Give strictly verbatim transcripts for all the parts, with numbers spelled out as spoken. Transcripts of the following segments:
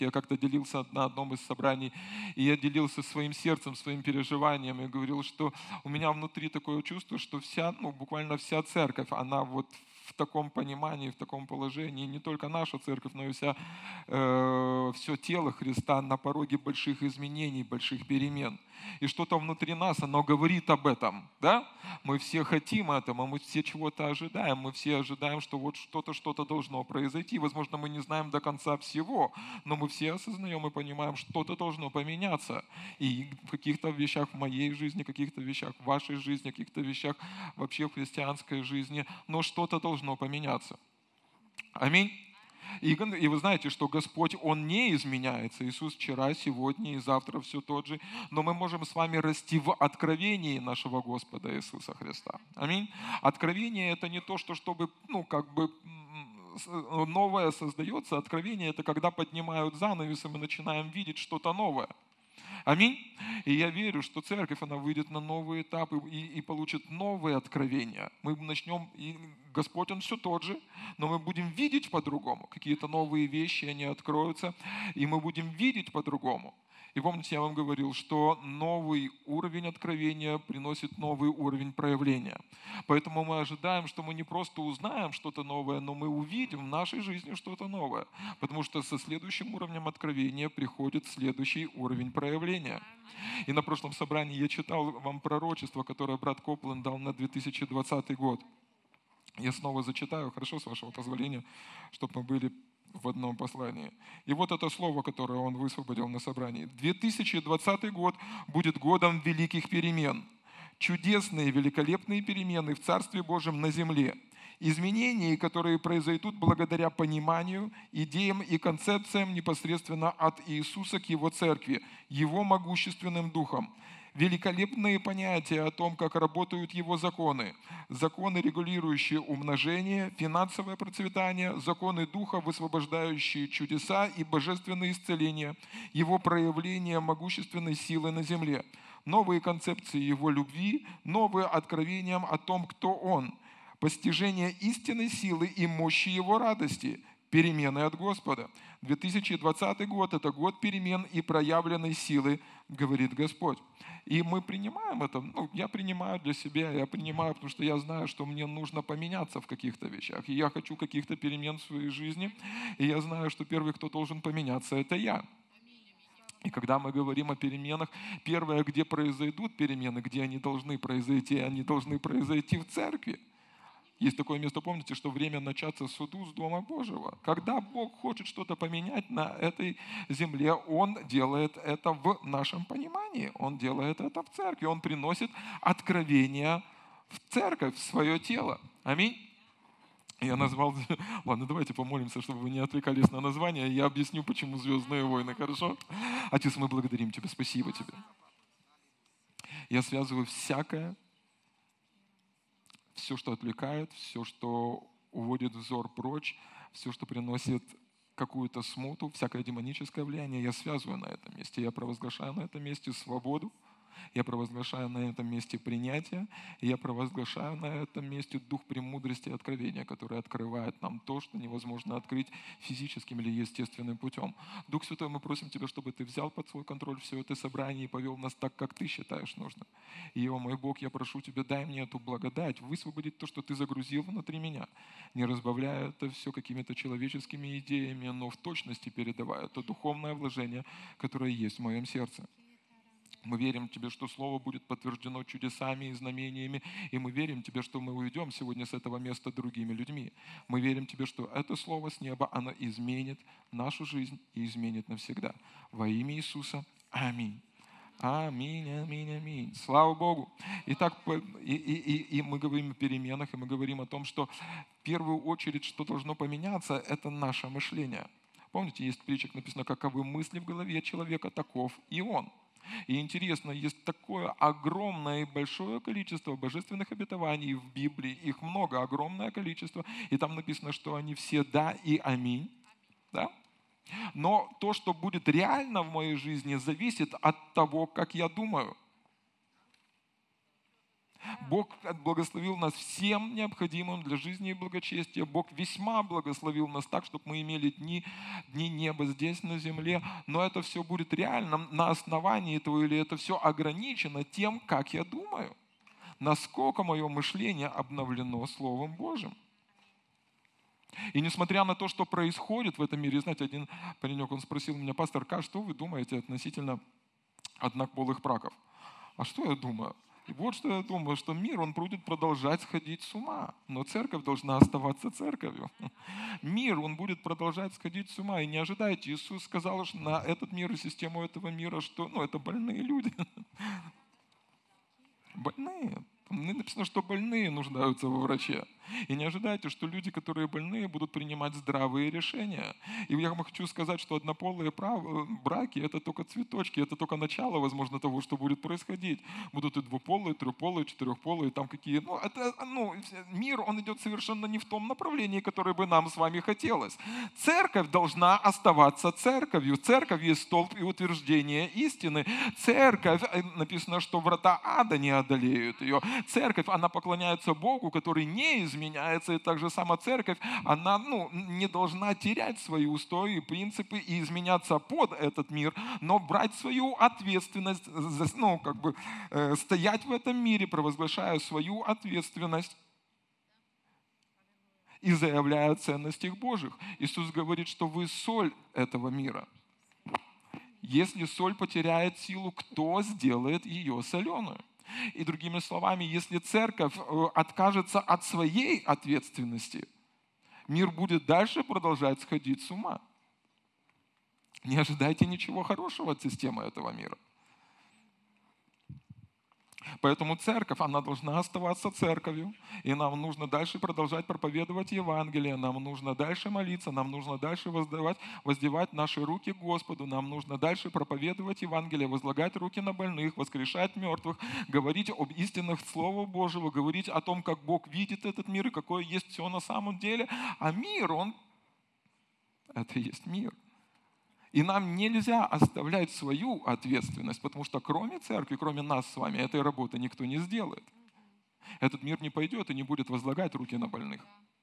Я как-то делился на одном из собраний, и я делился своим сердцем, своим переживанием, и говорил, что у меня внутри такое чувство, что вся, ну, буквально вся церковь, она вот в таком понимании, в таком положении, не только наша церковь, но и вся, э, все тело Христа на пороге больших изменений, больших перемен. И что-то внутри нас, оно говорит об этом, да? Мы все хотим этого, мы все чего-то ожидаем, мы все ожидаем, что вот что-то, что-то должно произойти. Возможно, мы не знаем до конца всего, но мы все осознаем и понимаем, что-то должно поменяться. И в каких-то вещах в моей жизни, в каких-то вещах в вашей жизни, в каких-то вещах вообще в христианской жизни, но что-то должно поменяться. Аминь. И, и вы знаете, что Господь, Он не изменяется. Иисус вчера, сегодня и завтра все тот же. Но мы можем с вами расти в откровении нашего Господа Иисуса Христа. Аминь. Откровение – это не то, что чтобы, ну, как бы новое создается. Откровение – это когда поднимают занавес, и мы начинаем видеть что-то новое. Аминь. И я верю, что церковь, она выйдет на новый этап и, и получит новые откровения. Мы начнем, и Господь, Он все тот же, но мы будем видеть по-другому. Какие-то новые вещи, они откроются, и мы будем видеть по-другому. И помните, я вам говорил, что новый уровень откровения приносит новый уровень проявления. Поэтому мы ожидаем, что мы не просто узнаем что-то новое, но мы увидим в нашей жизни что-то новое. Потому что со следующим уровнем откровения приходит следующий уровень проявления. И на прошлом собрании я читал вам пророчество, которое брат Копланд дал на две тысячи двадцатый год. Я снова зачитаю, хорошо, с вашего позволения, чтобы мы были в одном послании. И вот это слово, которое он высвободил на собрании. две тысячи двадцатый год будет годом великих перемен. Чудесные, великолепные перемены в Царстве Божьем на земле. Изменения, которые произойдут благодаря пониманию, идеям и концепциям непосредственно от Иисуса к Его церкви, Его могущественным духом. Великолепные понятия о том, как работают Его законы. Законы, регулирующие умножение, финансовое процветание, законы Духа, высвобождающие чудеса и божественные исцеления, Его проявление могущественной силы на земле. Новые концепции Его любви, новые откровения о том, кто Он. Постижение истинной силы и мощи Его радости. Перемены от Господа. две тысячи двадцатый год – это год перемен и проявленной силы, говорит Господь. И мы принимаем это. Ну, я принимаю для себя, я принимаю, потому что я знаю, что мне нужно поменяться в каких-то вещах. И я хочу каких-то перемен в своей жизни. И я знаю, что первый, кто должен поменяться, это я. И когда мы говорим о переменах, первое, где произойдут перемены, где они должны произойти, они должны произойти в церкви. Есть такое место, помните, что время начаться суду с Дома Божьего. Когда Бог хочет что-то поменять на этой земле, Он делает это в нашем понимании. Он делает это в церкви. Он приносит откровение в церковь, в свое тело. Аминь. Я назвал... Ладно, давайте помолимся, чтобы вы не отвлекались на название. Я объясню, почему «Звездные войны», хорошо? Отец, мы благодарим Тебя, спасибо Тебе. Я связываю всякое, все, что отвлекает, все, что уводит взор прочь, все, что приносит какую-то смуту, всякое демоническое влияние, я связываю на этом месте. Я провозглашаю на этом месте свободу, я провозглашаю на этом месте принятие, и я провозглашаю на этом месте дух премудрости и откровения, который открывает нам то, что невозможно открыть физическим или естественным путем. Дух Святой, мы просим Тебя, чтобы Ты взял под свой контроль все это собрание и повел нас так, как Ты считаешь нужно. И, о мой Бог, я прошу Тебя, дай мне эту благодать, высвободить то, что Ты загрузил внутри меня, не разбавляя это все какими-то человеческими идеями, но в точности передавая то духовное вложение, которое есть в моем сердце. Мы верим Тебе, что Слово будет подтверждено чудесами и знамениями, и мы верим Тебе, что мы уйдем сегодня с этого места другими людьми. Мы верим Тебе, что это Слово с неба, оно изменит нашу жизнь и изменит навсегда. Во имя Иисуса. Аминь. Аминь, аминь, аминь. Слава Богу. Итак, и, и, и, и мы говорим о переменах, и мы говорим о том, что в первую очередь, что должно поменяться, это наше мышление. Помните, есть в притчах написано, каковы мысли в голове человека, таков и он. И интересно, есть такое огромное и большое количество божественных обетований в Библии, их много, огромное количество, и там написано, что они все да и аминь, да? Но то, что будет реально в моей жизни, зависит от того, как я думаю. Бог благословил нас всем необходимым для жизни и благочестия. Бог весьма благословил нас так, чтобы мы имели дни, дни неба здесь на земле. Но это все будет реально на основании этого, или это все ограничено тем, как я думаю. Насколько мое мышление обновлено Словом Божьим. И несмотря на то, что происходит в этом мире, знаете, один паренек, он спросил меня: пастор, Ка, что вы думаете относительно однополых браков? А что я думаю? И вот что я думаю, что мир, он будет продолжать сходить с ума, но церковь должна оставаться церковью. Мир, он будет продолжать сходить с ума. И не ожидайте, Иисус сказал что на этот мир и систему этого мира, что ну, это больные люди. Больные. Там написано, что больные нуждаются во враче. И не ожидайте, что люди, которые больные, будут принимать здравые решения. И я вам хочу сказать, что однополые браки – это только цветочки, это только начало, возможно, того, что будет происходить. Будут и двуполые, и трехполые, и четырехполые, там какие. Ну, это, ну, мир, он идет совершенно не в том направлении, которое бы нам с вами хотелось. Церковь должна оставаться церковью. Церковь есть столб и утверждение истины. Церковь, написано, что врата ада не одолеют ее. Церковь, она поклоняется Богу, который не изменяется, и также сама церковь, она ну, не должна терять свои устои, принципы и изменяться под этот мир, но брать свою ответственность, ну, как бы, э, стоять в этом мире, провозглашая свою ответственность и заявляя о ценностях Божьих. Иисус говорит, что вы соль этого мира. Если соль потеряет силу, кто сделает ее соленую? И другими словами, если церковь откажется от своей ответственности, мир будет дальше продолжать сходить с ума. Не ожидайте ничего хорошего от системы этого мира. Поэтому церковь, она должна оставаться церковью, и нам нужно дальше продолжать проповедовать Евангелие, нам нужно дальше молиться, нам нужно дальше воздавать, воздевать наши руки к Господу, нам нужно дальше проповедовать Евангелие, возлагать руки на больных, воскрешать мертвых, говорить об истинах Слова Божьего, говорить о том, как Бог видит этот мир и какое есть все на самом деле. А мир, он, это и есть мир. И нам нельзя оставлять свою ответственность, потому что кроме церкви, кроме нас с вами, этой работы никто не сделает. Этот мир не пойдет и не будет возлагать руки на больных.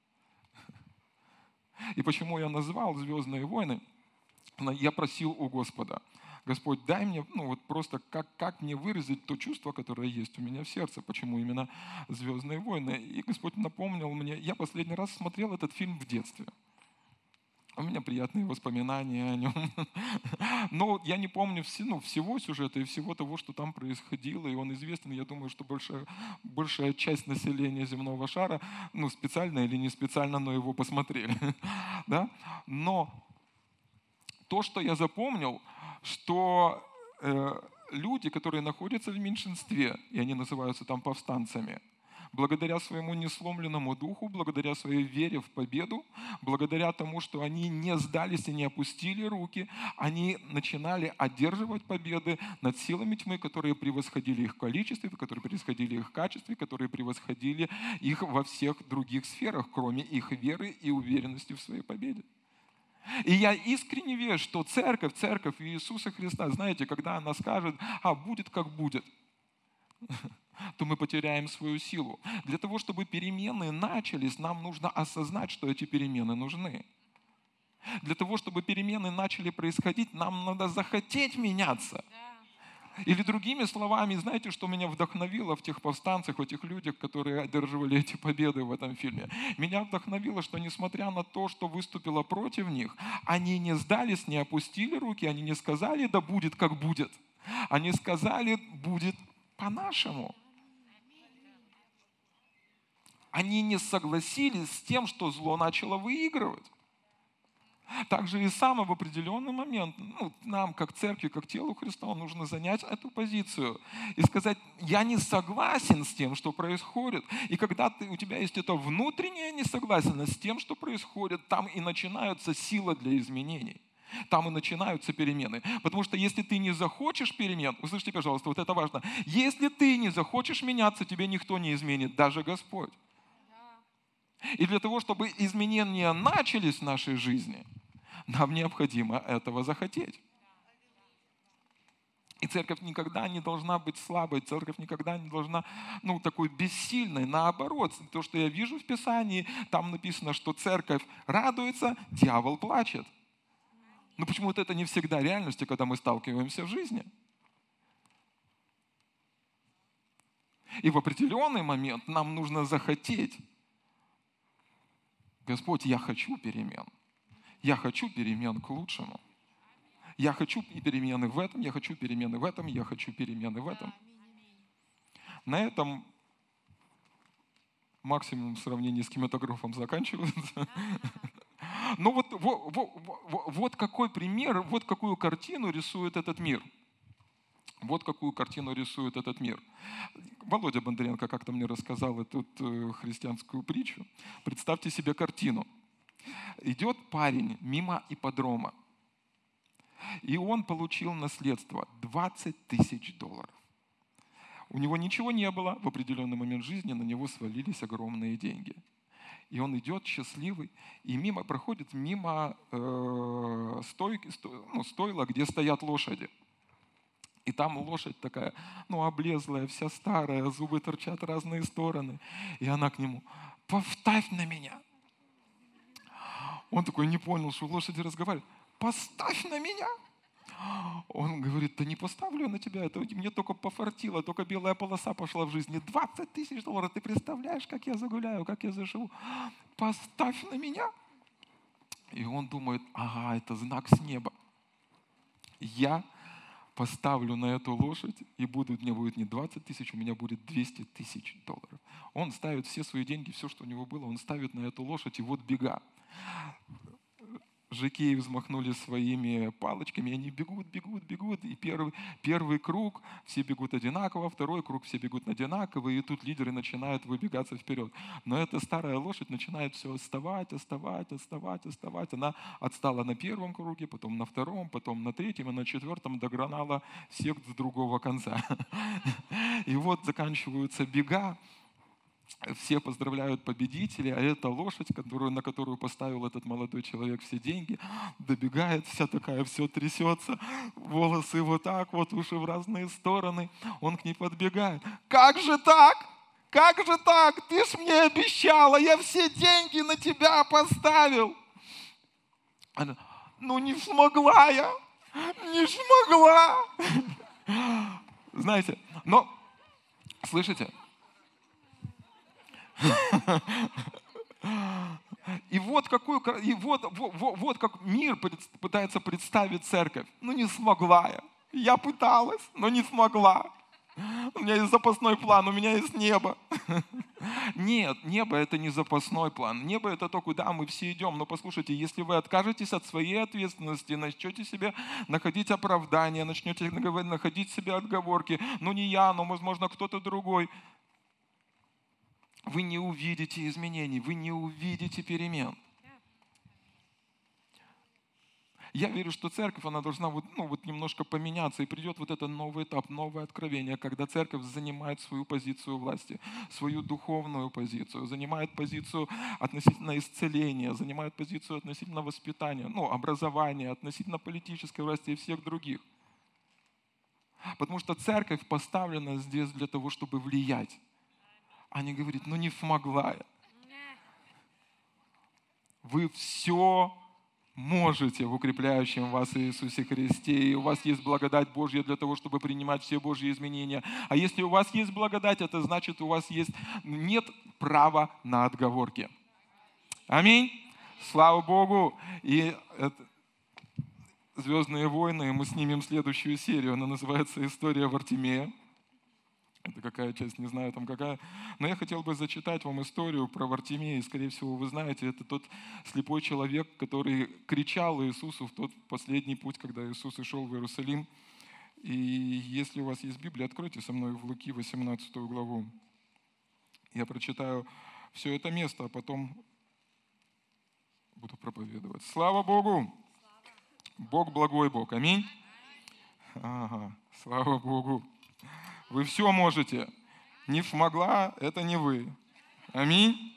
И почему я назвал «Звездные войны»? Я просил у Господа: Господь, дай мне, ну вот просто как, как мне выразить то чувство, которое есть у меня в сердце, почему именно «Звездные войны». И Господь напомнил мне, я последний раз смотрел этот фильм в детстве. У меня приятные воспоминания о нем. Но я не помню все, ну, всего сюжета и всего того, что там происходило. И он известен, я думаю, что большая, большая часть населения земного шара, ну, специально или не специально, но его посмотрели. Да? Но то, что я запомнил, что э, люди, которые находятся в меньшинстве, и они называются там повстанцами, благодаря своему несломленному духу, благодаря своей вере в победу, благодаря тому, что они не сдались и не опустили руки, они начинали одерживать победы над силами тьмы, которые превосходили их в количестве, которые превосходили их в качестве, которые превосходили их во всех других сферах, кроме их веры и уверенности в своей победе. И я искренне верю, что церковь, церковь Иисуса Христа, знаете, когда она скажет: а будет как будет, то мы потеряем свою силу. Для того, чтобы перемены начались, нам нужно осознать, что эти перемены нужны. Для того, чтобы перемены начали происходить, нам надо захотеть меняться. Или другими словами, знаете, что меня вдохновило в тех повстанцах, в этих людях, которые одерживали эти победы в этом фильме? Меня вдохновило, что несмотря на то, что выступило против них, они не сдались, не опустили руки, они не сказали: да будет как будет. Они сказали: будет по-нашему. Они не согласились с тем, что зло начало выигрывать. Также и сам в определенный момент, ну, нам, как церкви, как телу Христа, нужно занять эту позицию и сказать: я не согласен с тем, что происходит. И когда ты, у тебя есть эта внутренняя несогласенность с тем, что происходит, там и начинается сила для изменений. Там и начинаются перемены. Потому что если ты не захочешь перемен, услышьте, пожалуйста, вот это важно, если ты не захочешь меняться, тебе никто не изменит, даже Господь. И для того, чтобы изменения начались в нашей жизни, нам необходимо этого захотеть. И церковь никогда не должна быть слабой, церковь никогда не должна, ну, такой бессильной. Наоборот, то, что я вижу в Писании, там написано, что церковь радуется, дьявол плачет. Но почему-то это не всегда реальностью, когда мы сталкиваемся в жизни. И в определенный момент нам нужно захотеть. Господь, я хочу перемен. Я хочу перемен к лучшему. Я хочу перемены в этом, я хочу перемены в этом, я хочу перемены в этом. На этом максимум в сравнении с кинематографом заканчивается. Но вот, вот, вот, вот какой пример, вот какую картину рисует этот мир. Вот какую картину рисует этот мир. Володя Бондаренко как-то мне рассказал эту христианскую притчу. Представьте себе картину. Идет парень мимо ипподрома. И он получил наследство двадцать тысяч долларов. У него ничего не было, в определенный момент жизни на него свалились огромные деньги. И он идет счастливый, и мимо проходит мимо э, стойки, сто, ну, стойла, где стоят лошади. И там лошадь такая, ну, облезлая, вся старая, зубы торчат в разные стороны. И она к нему: «Поставь на меня». Он такой не понял, что лошади разговаривают. «Поставь на меня». Он говорит: «Да не поставлю я на тебя, это мне только пофартило, только белая полоса пошла в жизни. двадцать тысяч долларов, ты представляешь, как я загуляю, как я заживу? Поставь на меня». И он думает: ага, это знак с неба. Я поставлю на эту лошадь, и будет, у меня будет не двадцать тысяч, у меня будет двести тысяч долларов. Он ставит все свои деньги, все, что у него было, он ставит на эту лошадь, и вот бега. Жокеи взмахнули своими палочками, и они бегут, бегут, бегут. И первый, первый круг все бегут одинаково, второй круг все бегут одинаково, и тут лидеры начинают выбегаться вперед. Но эта старая лошадь начинает все отставать, отставать, отставать, отставать. Она отстала на первом круге, потом на втором, потом на третьем, и на четвертом догнала всех с другого конца. И вот заканчиваются бега. Все поздравляют победителей, а эта лошадь, которую, на которую поставил этот молодой человек все деньги, добегает, вся такая, все трясется, волосы вот так вот, уши в разные стороны. Он к ней подбегает. «Как же так? Как же так? Ты ж мне обещала, я все деньги на тебя поставил». Она: «Ну не смогла я, не смогла». Знаете, но, слышите? И вот, какую, и вот, вот, вот как мир пытается представить церковь. Ну не смогла я. Я пыталась, но не смогла. У меня есть запасной план, у меня есть небо. Нет, небо — это не запасной план. Небо — это то, куда мы все идем. Но послушайте, если вы откажетесь от своей ответственности, начнете себе находить оправдания, начнете находить себе отговорки, ну не я, но возможно кто-то другой, вы не увидите изменений, вы не увидите перемен. Я верю, что церковь, она должна вот, ну, вот немножко поменяться, и придет вот этот новый этап, новое откровение, когда церковь занимает свою позицию власти, свою духовную позицию, занимает позицию относительно исцеления, занимает позицию относительно воспитания, ну, образования, относительно политической власти и всех других. Потому что церковь поставлена здесь для того, чтобы влиять. А не говорит: ну не смогла я. Вы все можете в укрепляющем вас Иисусе Христе. И у вас есть благодать Божья для того, чтобы принимать все Божьи изменения. А если у вас есть благодать, это значит, у вас есть, нет права на отговорки. Аминь. Слава Богу. И это «Звездные войны», мы снимем следующую серию. Она называется «История Вартимея». Это какая часть, не знаю там какая. Но я хотел бы зачитать вам историю про Вартимея. И, скорее всего, вы знаете, это тот слепой человек, который кричал Иисусу в тот последний путь, когда Иисус шел в Иерусалим. И если у вас есть Библия, откройте со мной в Луки восемнадцатую главу. Я прочитаю все это место, а потом буду проповедовать. Слава Богу! Бог благой Бог. Аминь. Ага, слава Богу. Вы все можете. Не смогла, это не вы. Аминь.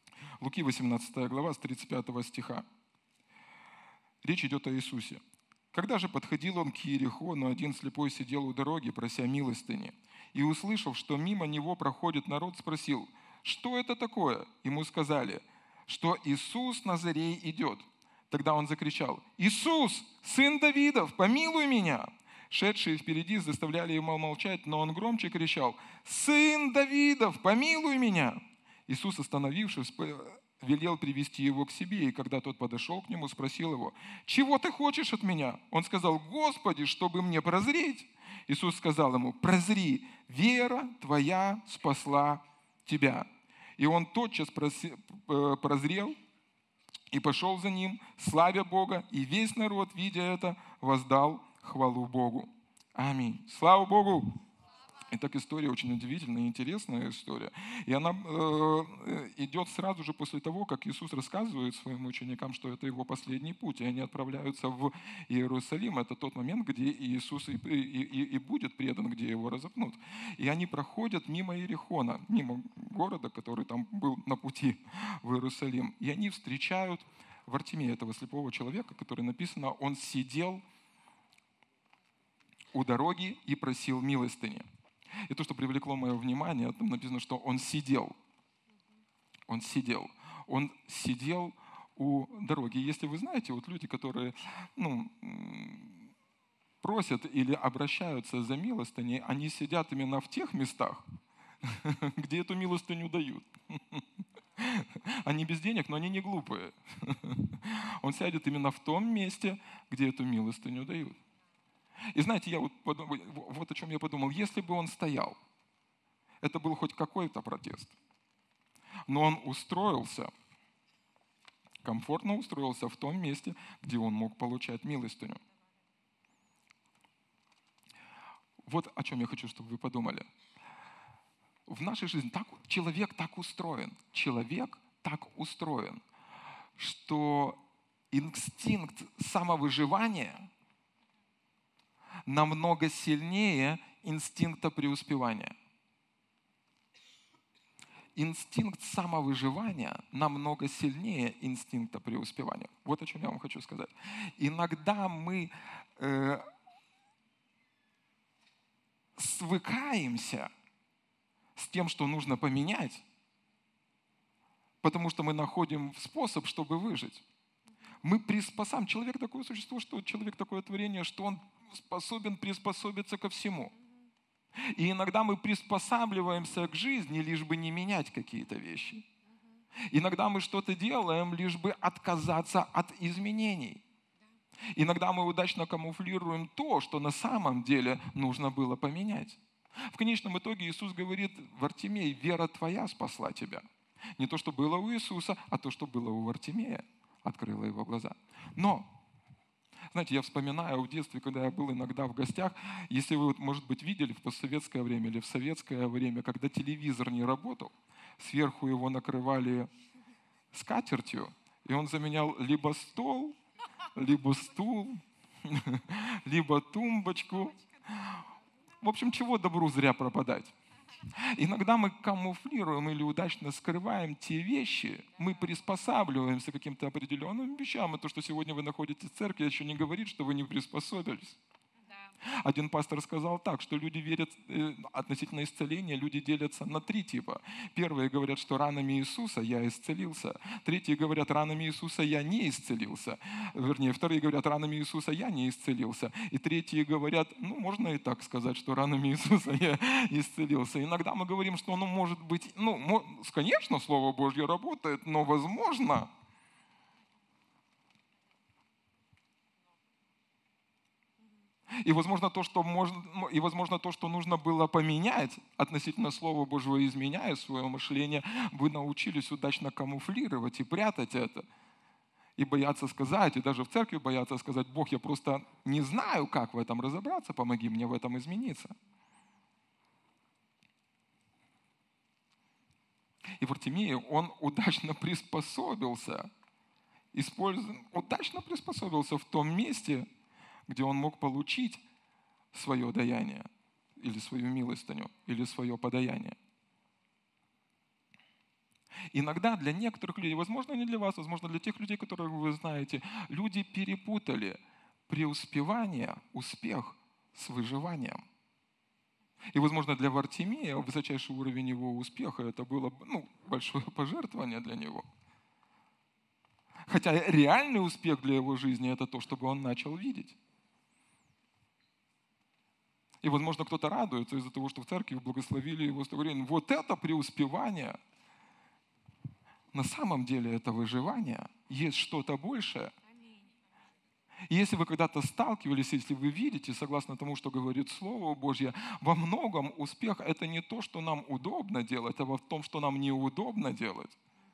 Луки восемнадцатая глава с тридцать пятого стиха. Речь идет о Иисусе. Когда же подходил он к Иерихону, один слепой сидел у дороги, прося милостыни. И, услышав, что мимо него проходит народ, спросил: «Что это такое?» Ему сказали, что Иисус Назарей идет. Тогда он закричал: «Иисус, сын Давидов, помилуй меня!» Шедшие впереди заставляли его молчать, но он громче кричал: «Сын Давидов, помилуй меня!» Иисус, остановившись, велел привести его к себе, и когда тот подошел к нему, спросил его: «Чего ты хочешь от меня?» Он сказал: «Господи, чтобы мне прозреть». Иисус сказал ему: «Прозри, вера твоя спасла тебя». И он тотчас прозрел и пошел за ним, славя Бога, и весь народ, видя это, воздал хвалу Богу. Аминь. Слава Богу! Итак, история очень удивительная, интересная история. И она э, идет сразу же после того, как Иисус рассказывает своим ученикам, что это его последний путь, и они отправляются в Иерусалим. Это тот момент, где Иисус и, и, и будет предан, где его разопнут. И они проходят мимо Иерихона, мимо города, который там был на пути в Иерусалим. И они встречают Вартимея, этого слепого человека, который написано, он сидел у дороги и просил милостыни. И то, что привлекло мое внимание, там написано, что он сидел. Он сидел. Он сидел у дороги. И если вы знаете, вот люди, которые ну, просят или обращаются за милостыней, они сидят именно в тех местах, где эту милостыню дают. Они без денег, но они не глупые. Он сядет именно в том месте, где эту милостыню дают. И знаете, я вот, подумал, вот о чем я подумал. Если бы он стоял, это был хоть какой-то протест. Но он устроился, комфортно устроился в том месте, где он мог получать милостыню. Вот о чем я хочу, чтобы вы подумали. В нашей жизни так, человек так устроен, человек так устроен, что инстинкт самовыживания намного сильнее инстинкта преуспевания. Инстинкт самовыживания намного сильнее инстинкта преуспевания. Вот о чем я вам хочу сказать. Иногда мы э, свыкаемся с тем, что нужно поменять, потому что мы находим способ, чтобы выжить. Мы приспосабливаем. Человек такое существо, что человек такое творение, что он способен приспособиться ко всему. И иногда мы приспосабливаемся к жизни, лишь бы не менять какие-то вещи. Иногда мы что-то делаем, лишь бы отказаться от изменений. Иногда мы удачно камуфлируем то, что на самом деле нужно было поменять. В конечном итоге Иисус говорит: «Вартимей, вера твоя спасла тебя». Не то, что было у Иисуса, а то, что было у Вартимея, открыло его глаза. Но знаете, я вспоминаю в детстве, когда я был иногда в гостях, если вы, может быть, видели в постсоветское время или в советское время, когда телевизор не работал, сверху его накрывали скатертью, и он заменял либо стол, либо стул, либо тумбочку. В общем, чего добру зря пропадать. Иногда мы камуфлируем или удачно скрываем те вещи, мы приспосабливаемся к каким-то определенным вещам. И то, что сегодня вы находитесь в церкви, еще не говорит, что вы не приспособились. Один пастор сказал так, что люди верят относительно исцеления, люди делятся на три типа. Первые говорят, что ранами Иисуса я исцелился. Третьи говорят, ранами Иисуса я не исцелился. Вернее, вторые говорят, ранами Иисуса я не исцелился. И третьи говорят, ну, можно и так сказать, что ранами Иисуса я исцелился. Иногда мы говорим, что оно может быть, ну, конечно, Слово Божье работает, но возможно... И возможно, то, что можно, и, возможно, то, что нужно было поменять относительно Слова Божьего, изменяя свое мышление, вы научились удачно камуфлировать и прятать это. И бояться сказать, и даже в церкви бояться сказать: Бог, я просто не знаю, как в этом разобраться, помоги мне в этом измениться. И Вартимей, он удачно приспособился, используя, удачно приспособился в том месте, где он мог получить свое даяние, или свою милостыню, или свое подаяние. Иногда для некоторых людей, возможно, не для вас, возможно, для тех людей, которых вы знаете, люди перепутали преуспевание, успех с выживанием. И, возможно, для Вартимея высочайший уровень его успеха это было ну, большое пожертвование для него. Хотя реальный успех для его жизни это то, чтобы он начал видеть. И, возможно, кто-то радуется из-за того, что в церкви благословили его служение. Вот это преуспевание. На самом деле это выживание. Есть что-то большее. И если вы когда-то сталкивались, если вы видите, согласно тому, что говорит Слово Божье, во многом успех – это не то, что нам удобно делать, а в том, что нам неудобно делать.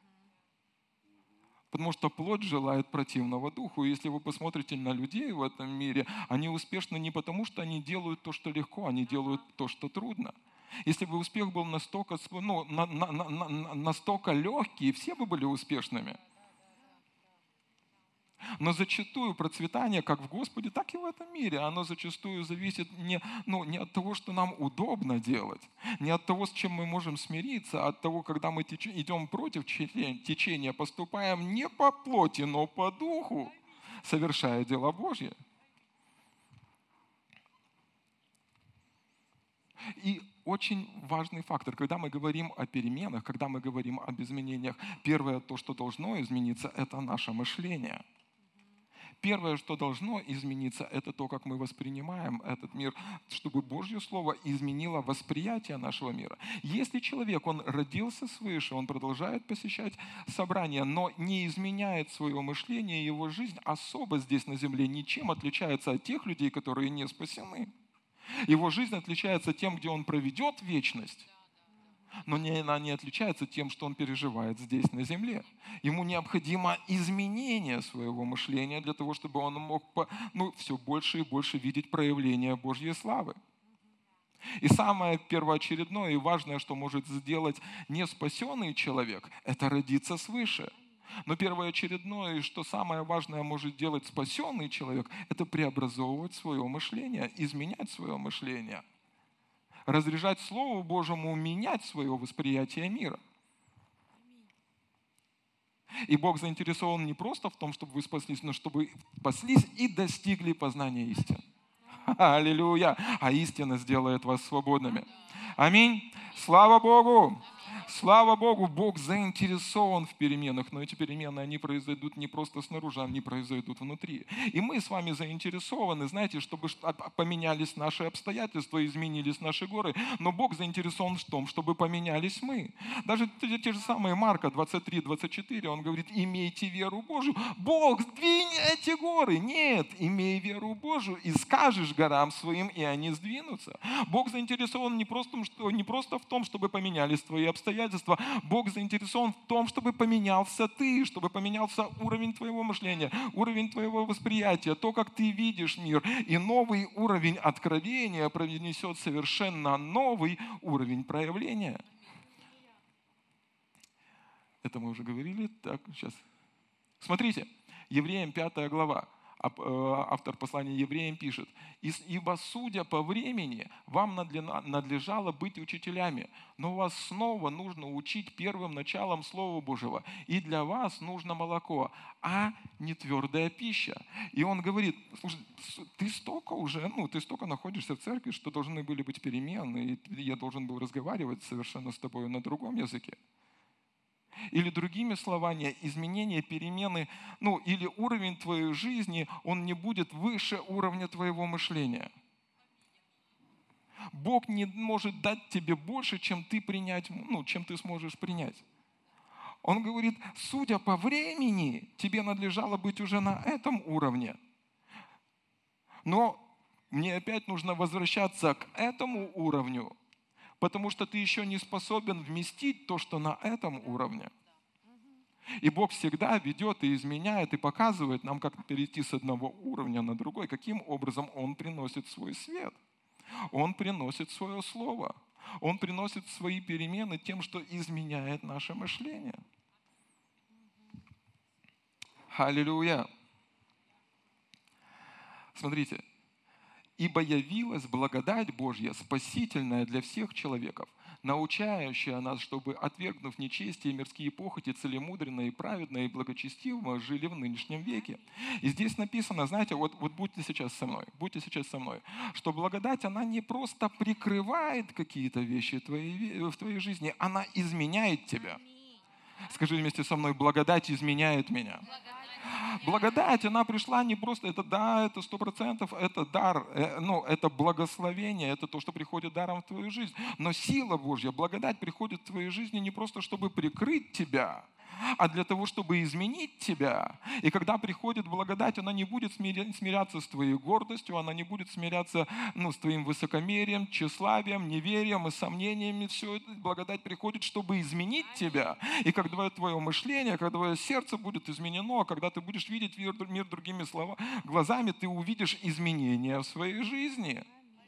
Потому что плоть желает противного духу. И если вы посмотрите на людей в этом мире, они успешны не потому, что они делают то, что легко, они делают то, что трудно. Если бы успех был настолько, ну, на, на, на, на, настолько легкий, все бы были успешными. Но зачастую процветание как в Господе, так и в этом мире, оно зачастую зависит не, ну, не от того, что нам удобно делать, не от того, с чем мы можем смириться, а от того, когда мы теч- идем против течения, поступаем не по плоти, но по духу, совершая дела Божьи. И очень важный фактор, когда мы говорим о переменах, когда мы говорим об изменениях, первое, то, что должно измениться, это наше мышление. Первое, что должно измениться, это то, как мы воспринимаем этот мир, чтобы Божье Слово изменило восприятие нашего мира. Если человек, он родился свыше, он продолжает посещать собрания, но не изменяет свое мышление, его жизнь особо здесь на земле ничем отличается от тех людей, которые не спасены. Его жизнь отличается тем, где он проведет вечность, но не, она не отличается тем, что он переживает здесь, на земле. Ему необходимо изменение своего мышления для того, чтобы он мог ну, все больше и больше видеть проявление Божьей славы. И самое первоочередное и важное, что может сделать неспасенный человек, это родиться свыше. Но первоочередное, и что самое важное может делать спасенный человек, это преобразовывать свое мышление, изменять свое мышление. Разряжать Слову Божьему, менять свое восприятие мира. И Бог заинтересован не просто в том, чтобы вы спаслись, но чтобы спаслись и достигли познания истины. Аллилуйя! А истина сделает вас свободными. Аминь. Слава Богу! Слава Богу, Бог заинтересован в переменах, но эти перемены, они произойдут не просто снаружи, они произойдут внутри. И мы с вами заинтересованы, знаете, чтобы поменялись наши обстоятельства, изменились наши горы, но Бог заинтересован в том, чтобы поменялись мы. Даже те, те же самые Марка двадцать три двадцать четыре, он говорит, имейте веру Божию. Бог, сдвинь эти горы. Нет, имей веру Божию и скажешь горам своим, и они сдвинутся. Бог заинтересован не просто, не просто в том, чтобы поменялись твои обстоятельства, Бог заинтересован в том, чтобы поменялся ты, чтобы поменялся уровень твоего мышления, уровень твоего восприятия, то, как ты видишь мир. И новый уровень откровения принесет совершенно новый уровень проявления. Это мы уже говорили. Так, сейчас. Смотрите, Евреям пятая глава. Автор послания Евреям пишет: «Ибо, судя по времени, вам надлежало быть учителями, но вас снова нужно учить первым началом Слова Божьего, и для вас нужно молоко, а не твердая пища». И он говорит: слушай, ты столько уже, ну, ты столько находишься в церкви, что должны были быть перемены, и я должен был разговаривать совершенно с тобой на другом языке. Или другими словами, изменение, перемены, ну или уровень твоей жизни, он не будет выше уровня твоего мышления. Бог не может дать тебе больше, чем ты принять, ну, чем ты сможешь принять. Он говорит, судя по времени, тебе надлежало быть уже на этом уровне. Но мне опять нужно возвращаться к этому уровню, потому что ты еще не способен вместить то, что на этом уровне. И Бог всегда ведет и изменяет, и показывает нам, как перейти с одного уровня на другой, каким образом Он приносит свой свет. Он приносит свое слово. Он приносит свои перемены тем, что изменяет наше мышление. Аллилуйя! Смотрите. «Ибо явилась благодать Божья, спасительная для всех человеков, научающая нас, чтобы, отвергнув нечестие и мирские похоти, целемудренно и праведно и благочестиво жили в нынешнем веке. И здесь написано, знаете, вот, вот будьте сейчас со мной, будьте сейчас со мной, что благодать, она не просто прикрывает какие-то вещи в твоей, в твоей жизни, она изменяет тебя. Скажи вместе со мной, благодать изменяет меня. Благодать, она пришла не просто, это да, это сто процентов, это дар, э, ну, это благословение, это то, что приходит даром в твою жизнь. Но сила Божья, благодать приходит в твою жизнь не просто, чтобы прикрыть тебя, а для того, чтобы изменить тебя. И когда приходит благодать, она не будет смиряться с твоей гордостью, она не будет смиряться ну, с твоим высокомерием, тщеславием, неверием и сомнениями. Все это благодать приходит, чтобы изменить тебя. И когда твое мышление, когда твое сердце будет изменено, когда ты будешь видеть мир, мир другими словами, глазами, ты увидишь изменения в своей жизни.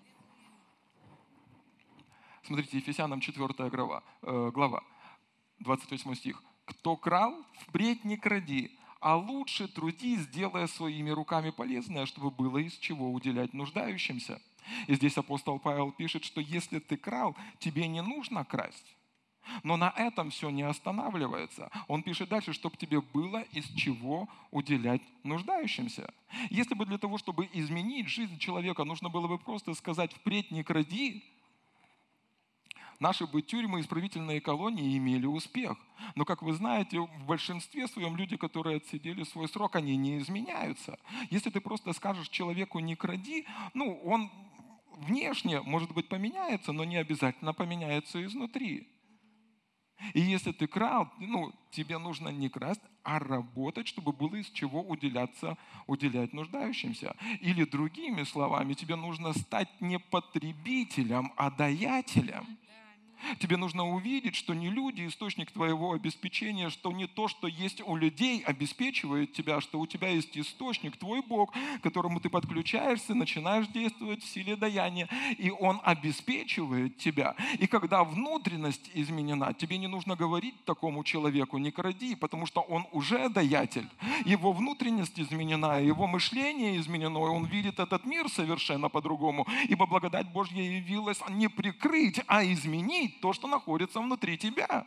Смотрите, Ефесянам четвёртая глава, глава, двадцать восьмой стих. «Кто крал, впредь не кради, а лучше трудись, делая своими руками полезное, чтобы было из чего уделять нуждающимся». И здесь апостол Павел пишет, что если ты крал, тебе не нужно красть. Но на этом все не останавливается. Он пишет дальше, чтобы тебе было из чего уделять нуждающимся. Если бы для того, чтобы изменить жизнь человека, нужно было бы просто сказать «впредь не кради», наши бы тюрьмы и исправительные колонии имели успех. Но, как вы знаете, в большинстве своем люди, которые отсидели свой срок, они не изменяются. Если ты просто скажешь человеку «не кради», ну, он внешне, может быть, поменяется, но не обязательно поменяется изнутри. И если ты крал, ну, тебе нужно не красть, а работать, чтобы было из чего уделяться, уделять нуждающимся. Или другими словами, тебе нужно стать не потребителем, а даятелем. Тебе нужно увидеть, что не люди источник твоего обеспечения, что не то, что есть у людей, обеспечивает тебя, что у тебя есть источник, твой Бог, к которому ты подключаешься, начинаешь действовать в силе даяния, и Он обеспечивает тебя. И когда внутренность изменена, тебе не нужно говорить такому человеку «не кради», потому что он уже даятель. Его внутренность изменена, его мышление изменено, и он видит этот мир совершенно по-другому. Ибо благодать Божья явилась не прикрыть, а изменить то, что находится внутри тебя.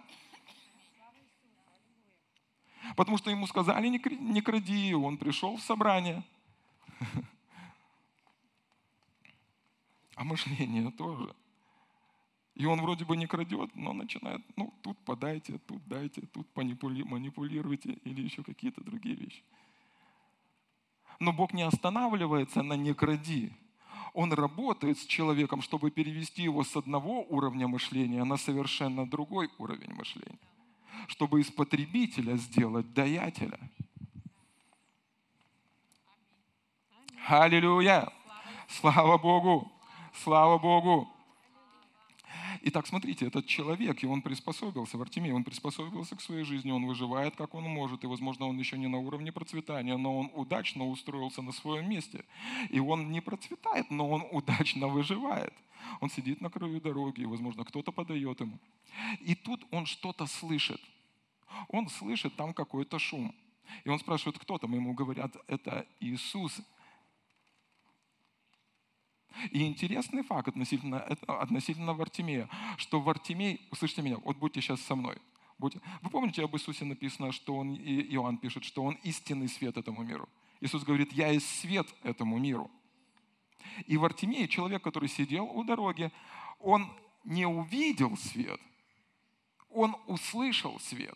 Потому что ему сказали «не кради», и он пришел в собрание. А мышление тоже. И он вроде бы не крадет, но начинает, ну, тут подайте, тут дайте, тут манипули, манипулируйте или еще какие-то другие вещи. Но Бог не останавливается на «не кради». Он работает с человеком, чтобы перевести его с одного уровня мышления на совершенно другой уровень мышления. Чтобы из потребителя сделать даятеля. Аллилуйя! Слава Богу! Слава Богу! Итак, смотрите, этот человек, и он приспособился, Вартимей, он приспособился к своей жизни, он выживает, как он может, и, возможно, он еще не на уровне процветания, но он удачно устроился на своем месте. И он не процветает, но он удачно выживает. Он сидит на краю дороги, и, возможно, кто-то подает ему. И тут он что-то слышит. Он слышит там какой-то шум. И он спрашивает, кто там? Ему говорят, это Иисус. И интересный факт относительно, относительно Вартимея, что Вартимей, услышьте меня, вот будьте сейчас со мной. Будьте. Вы помните, об Иисусе написано, что он, и Иоанн пишет, что он истинный свет этому миру. Иисус говорит, я есть свет этому миру. И Вартимей, человек, который сидел у дороги, он не увидел свет, он услышал свет.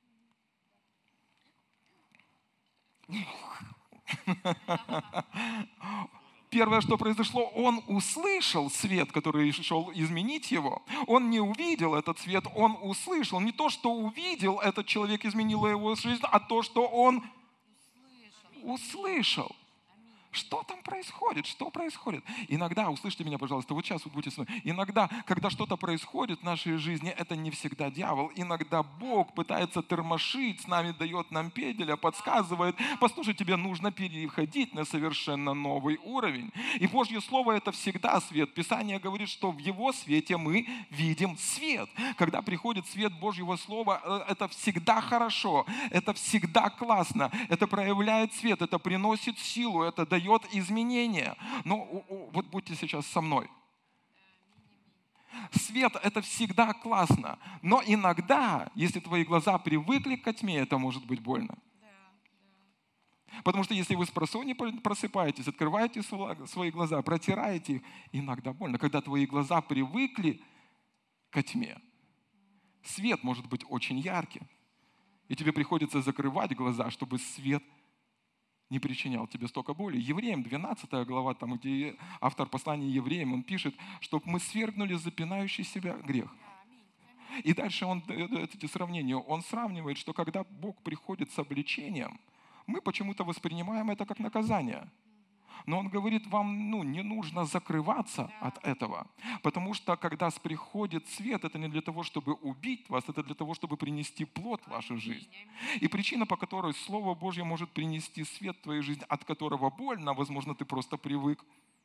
Первое, что произошло, он услышал свет, который шел изменить его. Он не увидел этот свет, он услышал. Не то, что увидел этот человек, изменило его жизнь, а то, что он услышал. Что там происходит? Что происходит? Иногда, услышьте меня, пожалуйста, вот сейчас вот будьте с вами. Иногда, когда что-то происходит в нашей жизни, это не всегда дьявол. Иногда Бог пытается тормошить с нами, дает нам педеля, подсказывает. Послушай, тебе нужно переходить на совершенно новый уровень. И Божье Слово – это всегда свет. Писание говорит, что в Его свете мы видим свет. Когда приходит свет Божьего Слова, это всегда хорошо, это всегда классно, это проявляет свет, это приносит силу, это дает дает изменения. Но вот будьте сейчас со мной. свет — это всегда классно. Но иногда, если твои глаза привыкли к тьме, это может быть больно. Потому что если вы с просонья просыпаетесь, открываете свои глаза, протираете их, иногда больно. Когда твои глаза привыкли к тьме, свет может быть очень ярким. И тебе приходится закрывать глаза, чтобы свет не причинял тебе столько боли. Евреям, двенадцатая глава, там, где автор послания евреям, он пишет, чтобы мы свергнули запинающий себя грех. И дальше он дает эти сравнения. Он сравнивает, что когда Бог приходит с обличением, мы почему-то воспринимаем это как наказание. Но он говорит, вам ну, не нужно закрываться от этого. Потому что когда приходит свет, это не для того, чтобы убить вас, это для того, чтобы принести плод в вашу жизнь. И причина, по которой Слово Божье может принести свет в твою жизнь, от которого больно, возможно, ты просто привык.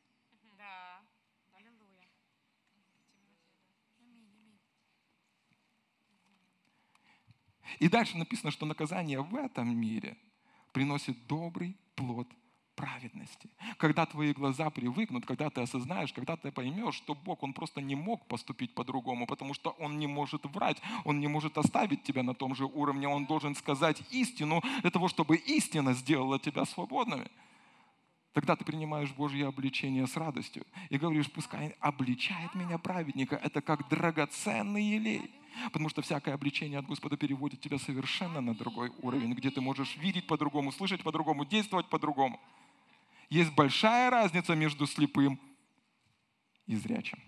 И дальше написано, что наказание в этом мире приносит добрый плод праведности. Когда твои глаза привыкнут, когда ты осознаешь, когда ты поймешь, что Бог, Он просто не мог поступить по-другому, потому что Он не может врать, Он не может оставить тебя на том же уровне, Он должен сказать истину для того, чтобы истина сделала тебя свободными. Тогда ты принимаешь Божье обличение с радостью и говоришь, пускай обличает меня праведника, это как драгоценный елей. Потому что всякое обличение от Господа переводит тебя совершенно на другой уровень, где ты можешь видеть по-другому, слышать по-другому, действовать по-другому. Есть большая разница между слепым и зрячим.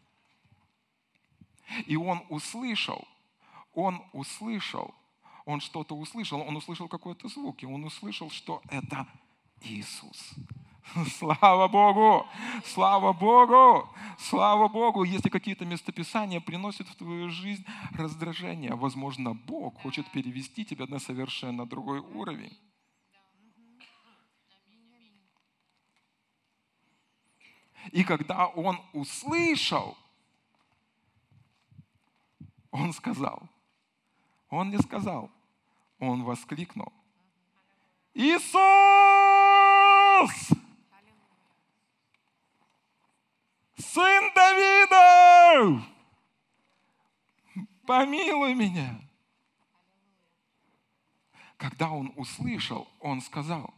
И он услышал, он услышал, он что-то услышал, он услышал какой-то звук, и он услышал, что это Иисус. Слава Богу! Слава Богу! Слава Богу! Если какие-то местописания приносят в твою жизнь раздражение, возможно, Бог хочет перевести тебя на совершенно другой уровень. И когда он услышал, он сказал, он не сказал, он воскликнул: Иисус! Сын Давидов! Помилуй меня! Когда он услышал, он сказал.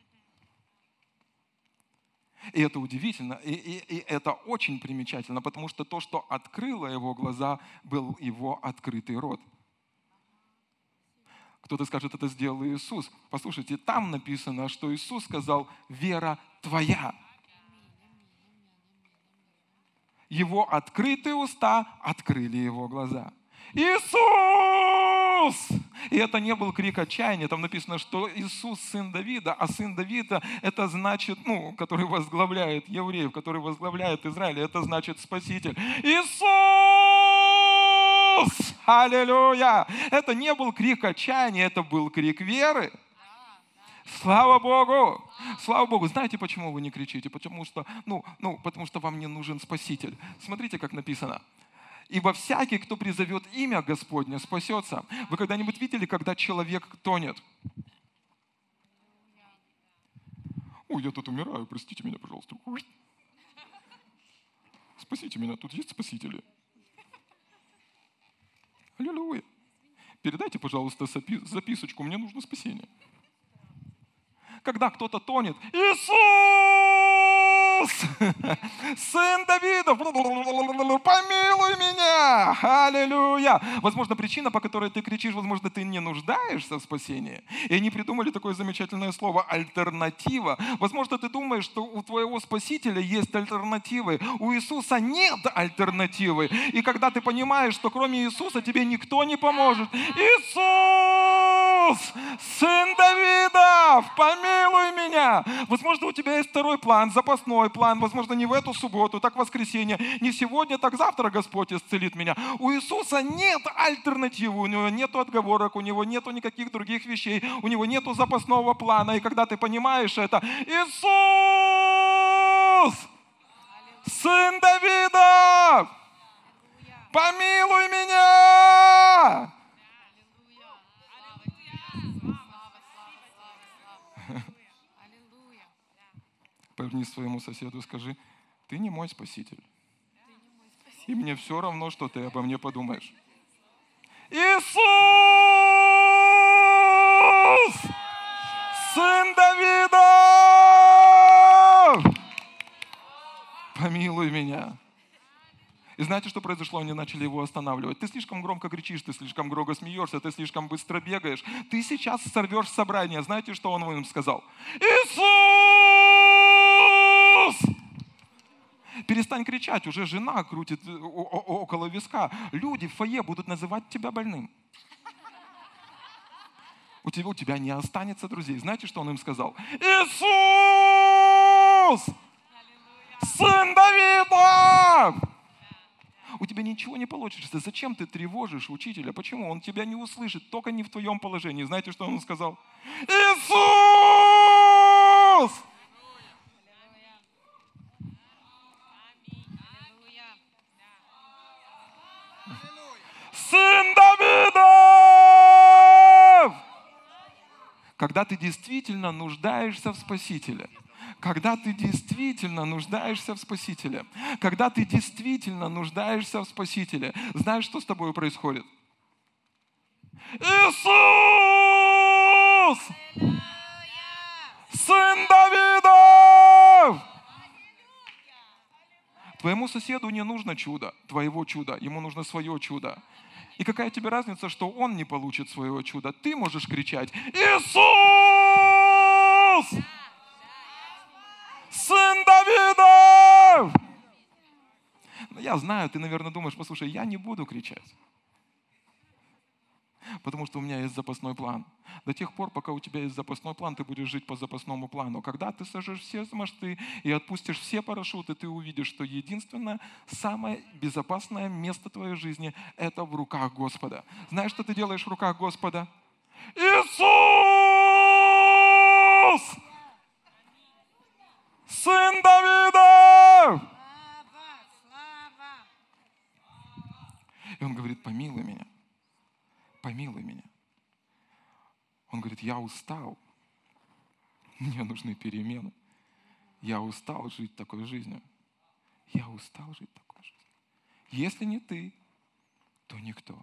И это удивительно, и, и, и это очень примечательно, потому что то, что открыло его глаза, был его открытый рот. Кто-то скажет, это сделал Иисус. Послушайте, там написано, что Иисус сказал: вера твоя. Его открытые уста открыли его глаза. Иисус! И это не был крик отчаяния. Там написано, что Иисус сын Давида, а сын Давида это значит, ну, который возглавляет евреев, который возглавляет Израиль, это значит Спаситель. Иисус! Аллилуйя! Это не был крик отчаяния, это был крик веры. Слава Богу! Слава Богу! Знаете, почему вы не кричите? Потому что, ну, ну, потому что вам не нужен Спаситель. Смотрите, как написано. Ибо всякий, кто призовет имя Господне, спасется. Вы когда-нибудь видели, когда человек тонет? Ой, я тут умираю, простите меня, пожалуйста. Спасите меня, тут есть спасители. Аллилуйя. Передайте, пожалуйста, записочку, мне нужно спасение. Когда кто-то тонет, Иисус! Сын Давидов, помилуй меня! Аллилуйя! Возможно, причина, по которой ты кричишь, возможно, ты не нуждаешься в спасении. И они придумали такое замечательное слово «альтернатива». Возможно, ты думаешь, что у твоего Спасителя есть альтернативы. У Иисуса нет альтернативы. И когда ты понимаешь, что кроме Иисуса тебе никто не поможет. Иисус! Сын Давидов! Помилуй меня! Возможно, у тебя есть второй план, запасной план. Возможно, не в эту субботу, так в воскресенье. Не сегодня, так завтра Господь исцелит меня. У Иисуса нет альтернативы, у Него нет отговорок, у Него нет никаких других вещей, у Него нет запасного плана. И когда ты понимаешь это, Иисус! Сын Давидов! Помилуй меня! Повернись своему соседу и скажи: ты не мой Спаситель. И мне все равно, что ты обо мне подумаешь. Иисус! Сын Давида! Помилуй меня. И знаете, что произошло? Они начали его останавливать. Ты слишком громко кричишь, ты слишком громко смеешься, ты слишком быстро бегаешь. Ты сейчас сорвешь собрание. Знаете, что он им сказал? Иисус! Перестань кричать, уже жена крутит около виска. Люди в фойе будут называть тебя больным. У тебя, у тебя не останется друзей. Знаете, что он им сказал? Иисус! Сын Давида! У тебя ничего не получится. Зачем ты тревожишь учителя? Почему? Он тебя не услышит, только не в твоем положении. Знаете, что он сказал? Иисус! Сын Давидов! Когда ты действительно нуждаешься в Спасителе, когда ты действительно нуждаешься в Спасителе, когда ты действительно нуждаешься в Спасителе, знаешь, что с тобой происходит? Иисус! Сын Давидов! Твоему соседу не нужно чудо, твоего чуда, ему нужно свое чудо. И какая тебе разница, что он не получит своего чуда? Ты можешь кричать: Иисус! Сын Давидов! Но я знаю, ты, наверное, думаешь: послушай, я не буду кричать, потому что у меня есть запасной план. До тех пор, пока у тебя есть запасной план, ты будешь жить по запасному плану. Когда ты сожжешь все мосты и отпустишь все парашюты, ты увидишь, что единственное, самое безопасное место твоей жизни – это в руках Господа. Знаешь, что ты делаешь в руках Господа? Иисус! Сын Давида! И он говорит: помилуй меня. Помилуй меня. Он говорит: я устал. Мне нужны перемены. Я устал жить такой жизнью. Я устал жить такой жизнью. Если не ты, то никто.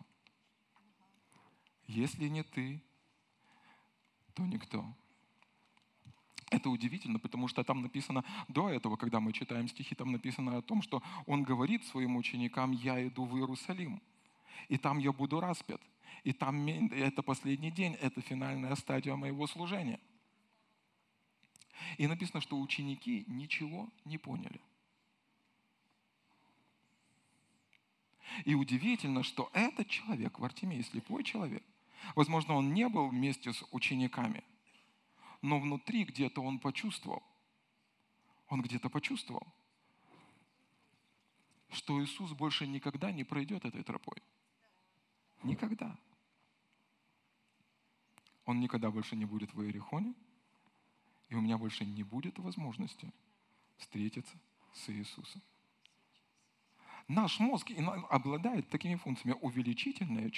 Если не ты, то никто. Это удивительно, потому что там написано до этого, когда мы читаем стихи, там написано о том, что он говорит своим ученикам: я иду в Иерусалим, и там я буду распят. И там это последний день, это финальная стадия моего служения. И написано, что ученики ничего не поняли. И удивительно, что этот человек, Вартимей, слепой человек, возможно, он не был вместе с учениками, но внутри где-то он почувствовал, он где-то почувствовал, что Иисус больше никогда не пройдет этой тропой. Никогда. Он никогда больше не будет в Иерихоне, и у меня больше не будет возможности встретиться с Иисусом. Наш мозг обладает такими функциями: увеличительное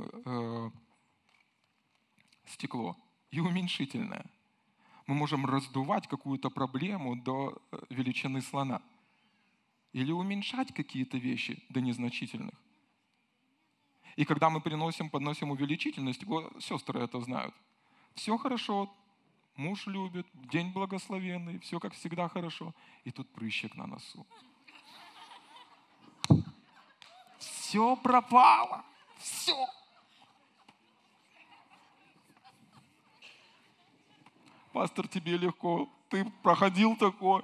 стекло и уменьшительное. Мы можем раздувать какую-то проблему до величины слона или уменьшать какие-то вещи до незначительных. И когда мы приносим, подносим увеличительное стекло, сестры это знают. Все хорошо, муж любит, день благословенный, все как всегда хорошо. И тут прыщик на носу. Все пропало. Все. Пастор, тебе легко. Ты проходил такое.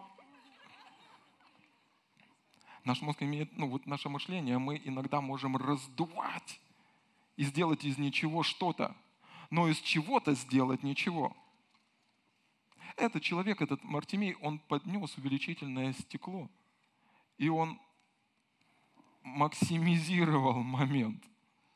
Наш мозг имеет, ну вот наше мышление, мы иногда можем раздувать и сделать из ничего что-то, но из чего-то сделать ничего. Этот человек, этот Вартимей, он поднес увеличительное стекло, и он максимизировал момент.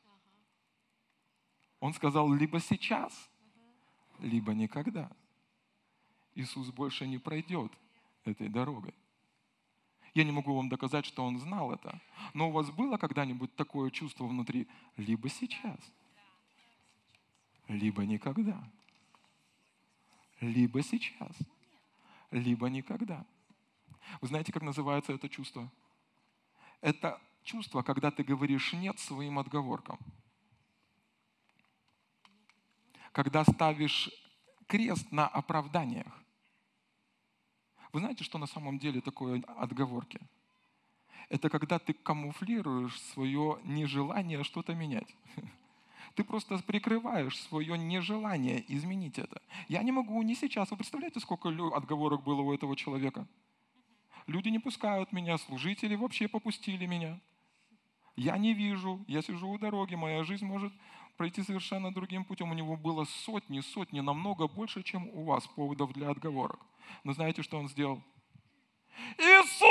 Он сказал: либо сейчас, либо никогда. Иисус больше не пройдет этой дорогой. Я не могу вам доказать, что он знал это, но у вас было когда-нибудь такое чувство внутри: либо сейчас, либо никогда. Либо сейчас, либо никогда. Вы знаете, как называется это чувство? Это чувство, когда ты говоришь «нет» своим отговоркам. Когда ставишь крест на оправданиях. Вы знаете, что на самом деле такое отговорки? Это когда ты камуфлируешь свое нежелание что-то менять. Ты просто прикрываешь свое нежелание изменить это. Я не могу не сейчас. Вы представляете, сколько отговорок было у этого человека? Люди не пускают меня, служители вообще попустили меня. Я не вижу, я сижу у дороги, моя жизнь может пройти совершенно другим путем. У него было сотни, сотни, намного больше, чем у вас поводов для отговорок. Но знаете, что он сделал? Иисус!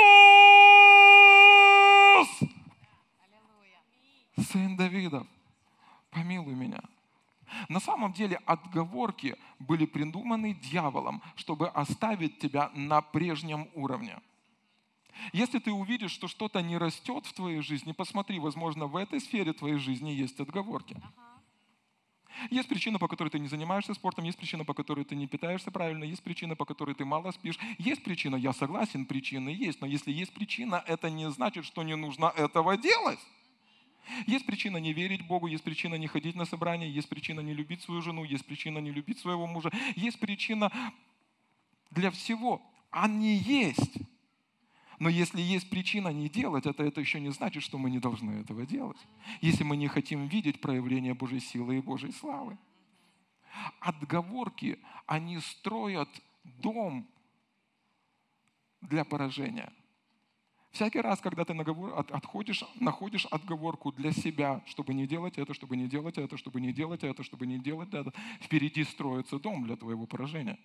Сын Давидов, помилуй меня. На самом деле отговорки были придуманы дьяволом, чтобы оставить тебя на прежнем уровне. Если ты увидишь, что что-то не растет в твоей жизни, посмотри, возможно, в этой сфере твоей жизни есть отговорки. Есть причина, по которой ты не занимаешься спортом, есть причина, по которой ты не питаешься правильно, есть причина, по которой ты мало спишь, есть причина, я согласен, причины есть, но если есть причина, это не значит, что не нужно этого делать. Есть причина не верить Богу, есть причина не ходить на собрания, есть причина не любить свою жену, есть причина не любить своего мужа, есть причина для всего. Они есть. Но если есть причина не делать это, это еще не значит, что мы не должны этого делать. Если мы не хотим видеть проявление Божьей силы и Божьей славы. Отговорки, они строят дом для поражения. Всякий раз, когда ты отходишь, находишь отговорку для себя, чтобы не делать это, чтобы не делать это, чтобы не делать это, чтобы не делать это, впереди строится дом для твоего поражения.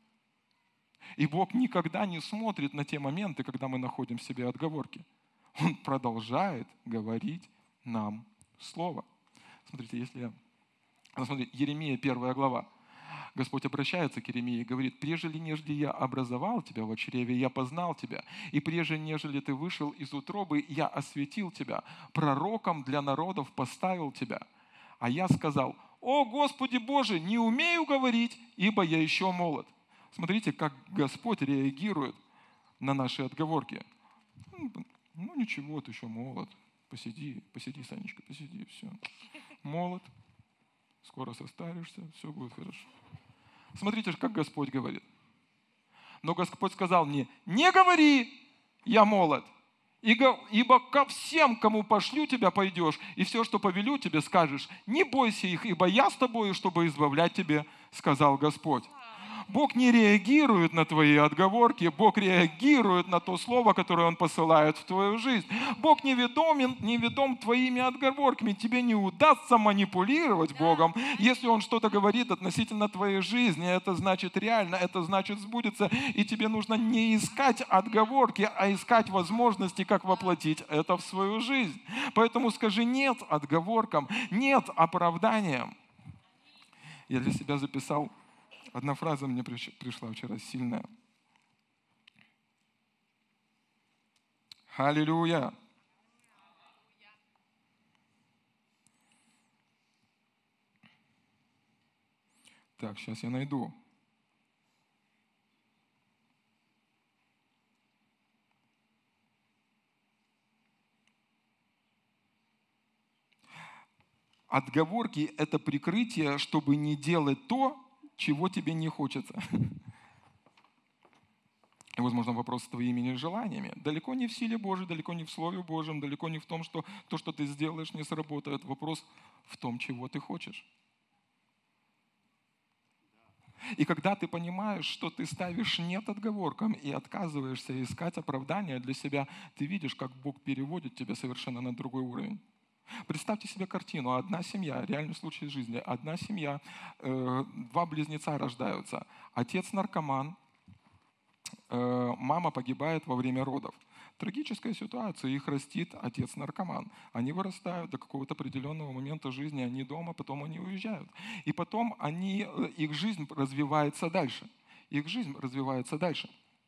И Бог никогда не смотрит на те моменты, когда мы находим в себе отговорки. Он продолжает говорить нам Слово. Смотрите, если я... Смотрите, Еремия, первая глава. Господь обращается к Еремии и говорит: «Прежде нежели я образовал тебя в чреве, я познал тебя, и прежде нежели ты вышел из утробы, я осветил тебя, пророком для народов поставил тебя. А я сказал: о Господи Боже, не умею говорить, ибо я еще молод». Смотрите, как Господь реагирует на наши отговорки. Ну ничего, ты еще молод. Посиди, посиди, Санечка, посиди, все. Молод, скоро состаришься, все будет хорошо. Смотрите, как Господь говорит. Но Господь сказал мне: не говори, я молод, ибо ко всем, кому пошлю тебя, пойдешь, и все, что повелю тебе, скажешь. Не бойся их, ибо я с тобою, чтобы избавлять тебя, сказал Господь. Бог не реагирует на твои отговорки, Бог реагирует на то слово, которое Он посылает в твою жизнь. Бог не ведом, не ведом твоими отговорками. Тебе не удастся манипулировать Богом, если Он что-то говорит относительно твоей жизни. Это значит реально, это значит сбудется. И тебе нужно не искать отговорки, а искать возможности, как воплотить это в свою жизнь. Поэтому скажи нет отговоркам, нет оправданиям. Я для себя записал. Одна фраза мне пришла вчера сильная. Аллилуйя. Так, сейчас я найду. Отговорки – это прикрытие, чтобы не делать то, чего тебе не хочется. И, возможно, вопрос с твоими желаниями. Далеко не в силе Божьей, далеко не в Слове Божьем, далеко не в том, что то, что ты сделаешь, не сработает. Вопрос в том, чего ты хочешь. И когда ты понимаешь, что ты ставишь «нет» отговоркам и отказываешься искать оправдания для себя, ты видишь, как Бог переводит тебя совершенно на другой уровень. Представьте себе картину. Одна семья, реальный случай из жизни. Одна семья, э, два близнеца рождаются. Отец наркоман, э, мама погибает во время родов. Трагическая ситуация. Их растит отец наркоман. Они вырастают до какого-то определенного момента жизни. Они дома, потом они уезжают. И потом они, их жизнь развивается дальше. Их жизнь развивается дальше.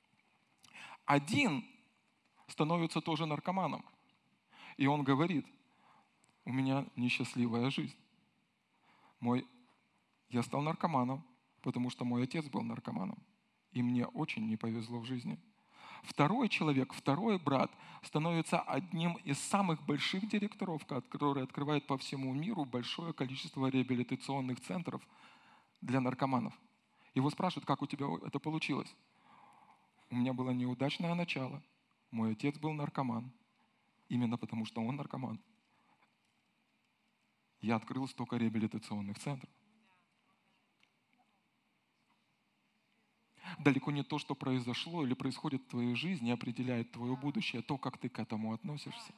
Один становится тоже наркоманом. И он говорит: у меня несчастливая жизнь. Мой... Я стал наркоманом, потому что мой отец был наркоманом. И мне очень не повезло в жизни. Второй человек, второй брат становится одним из самых больших директоров, который открывает по всему миру большое количество реабилитационных центров для наркоманов. Его спрашивают, как у тебя это получилось. У меня было неудачное начало. Мой отец был наркоман. Именно потому, что он наркоман. Я открыл столько реабилитационных центров. Далеко не то, что произошло или происходит в твоей жизни, определяет твое будущее, то, как ты к этому относишься.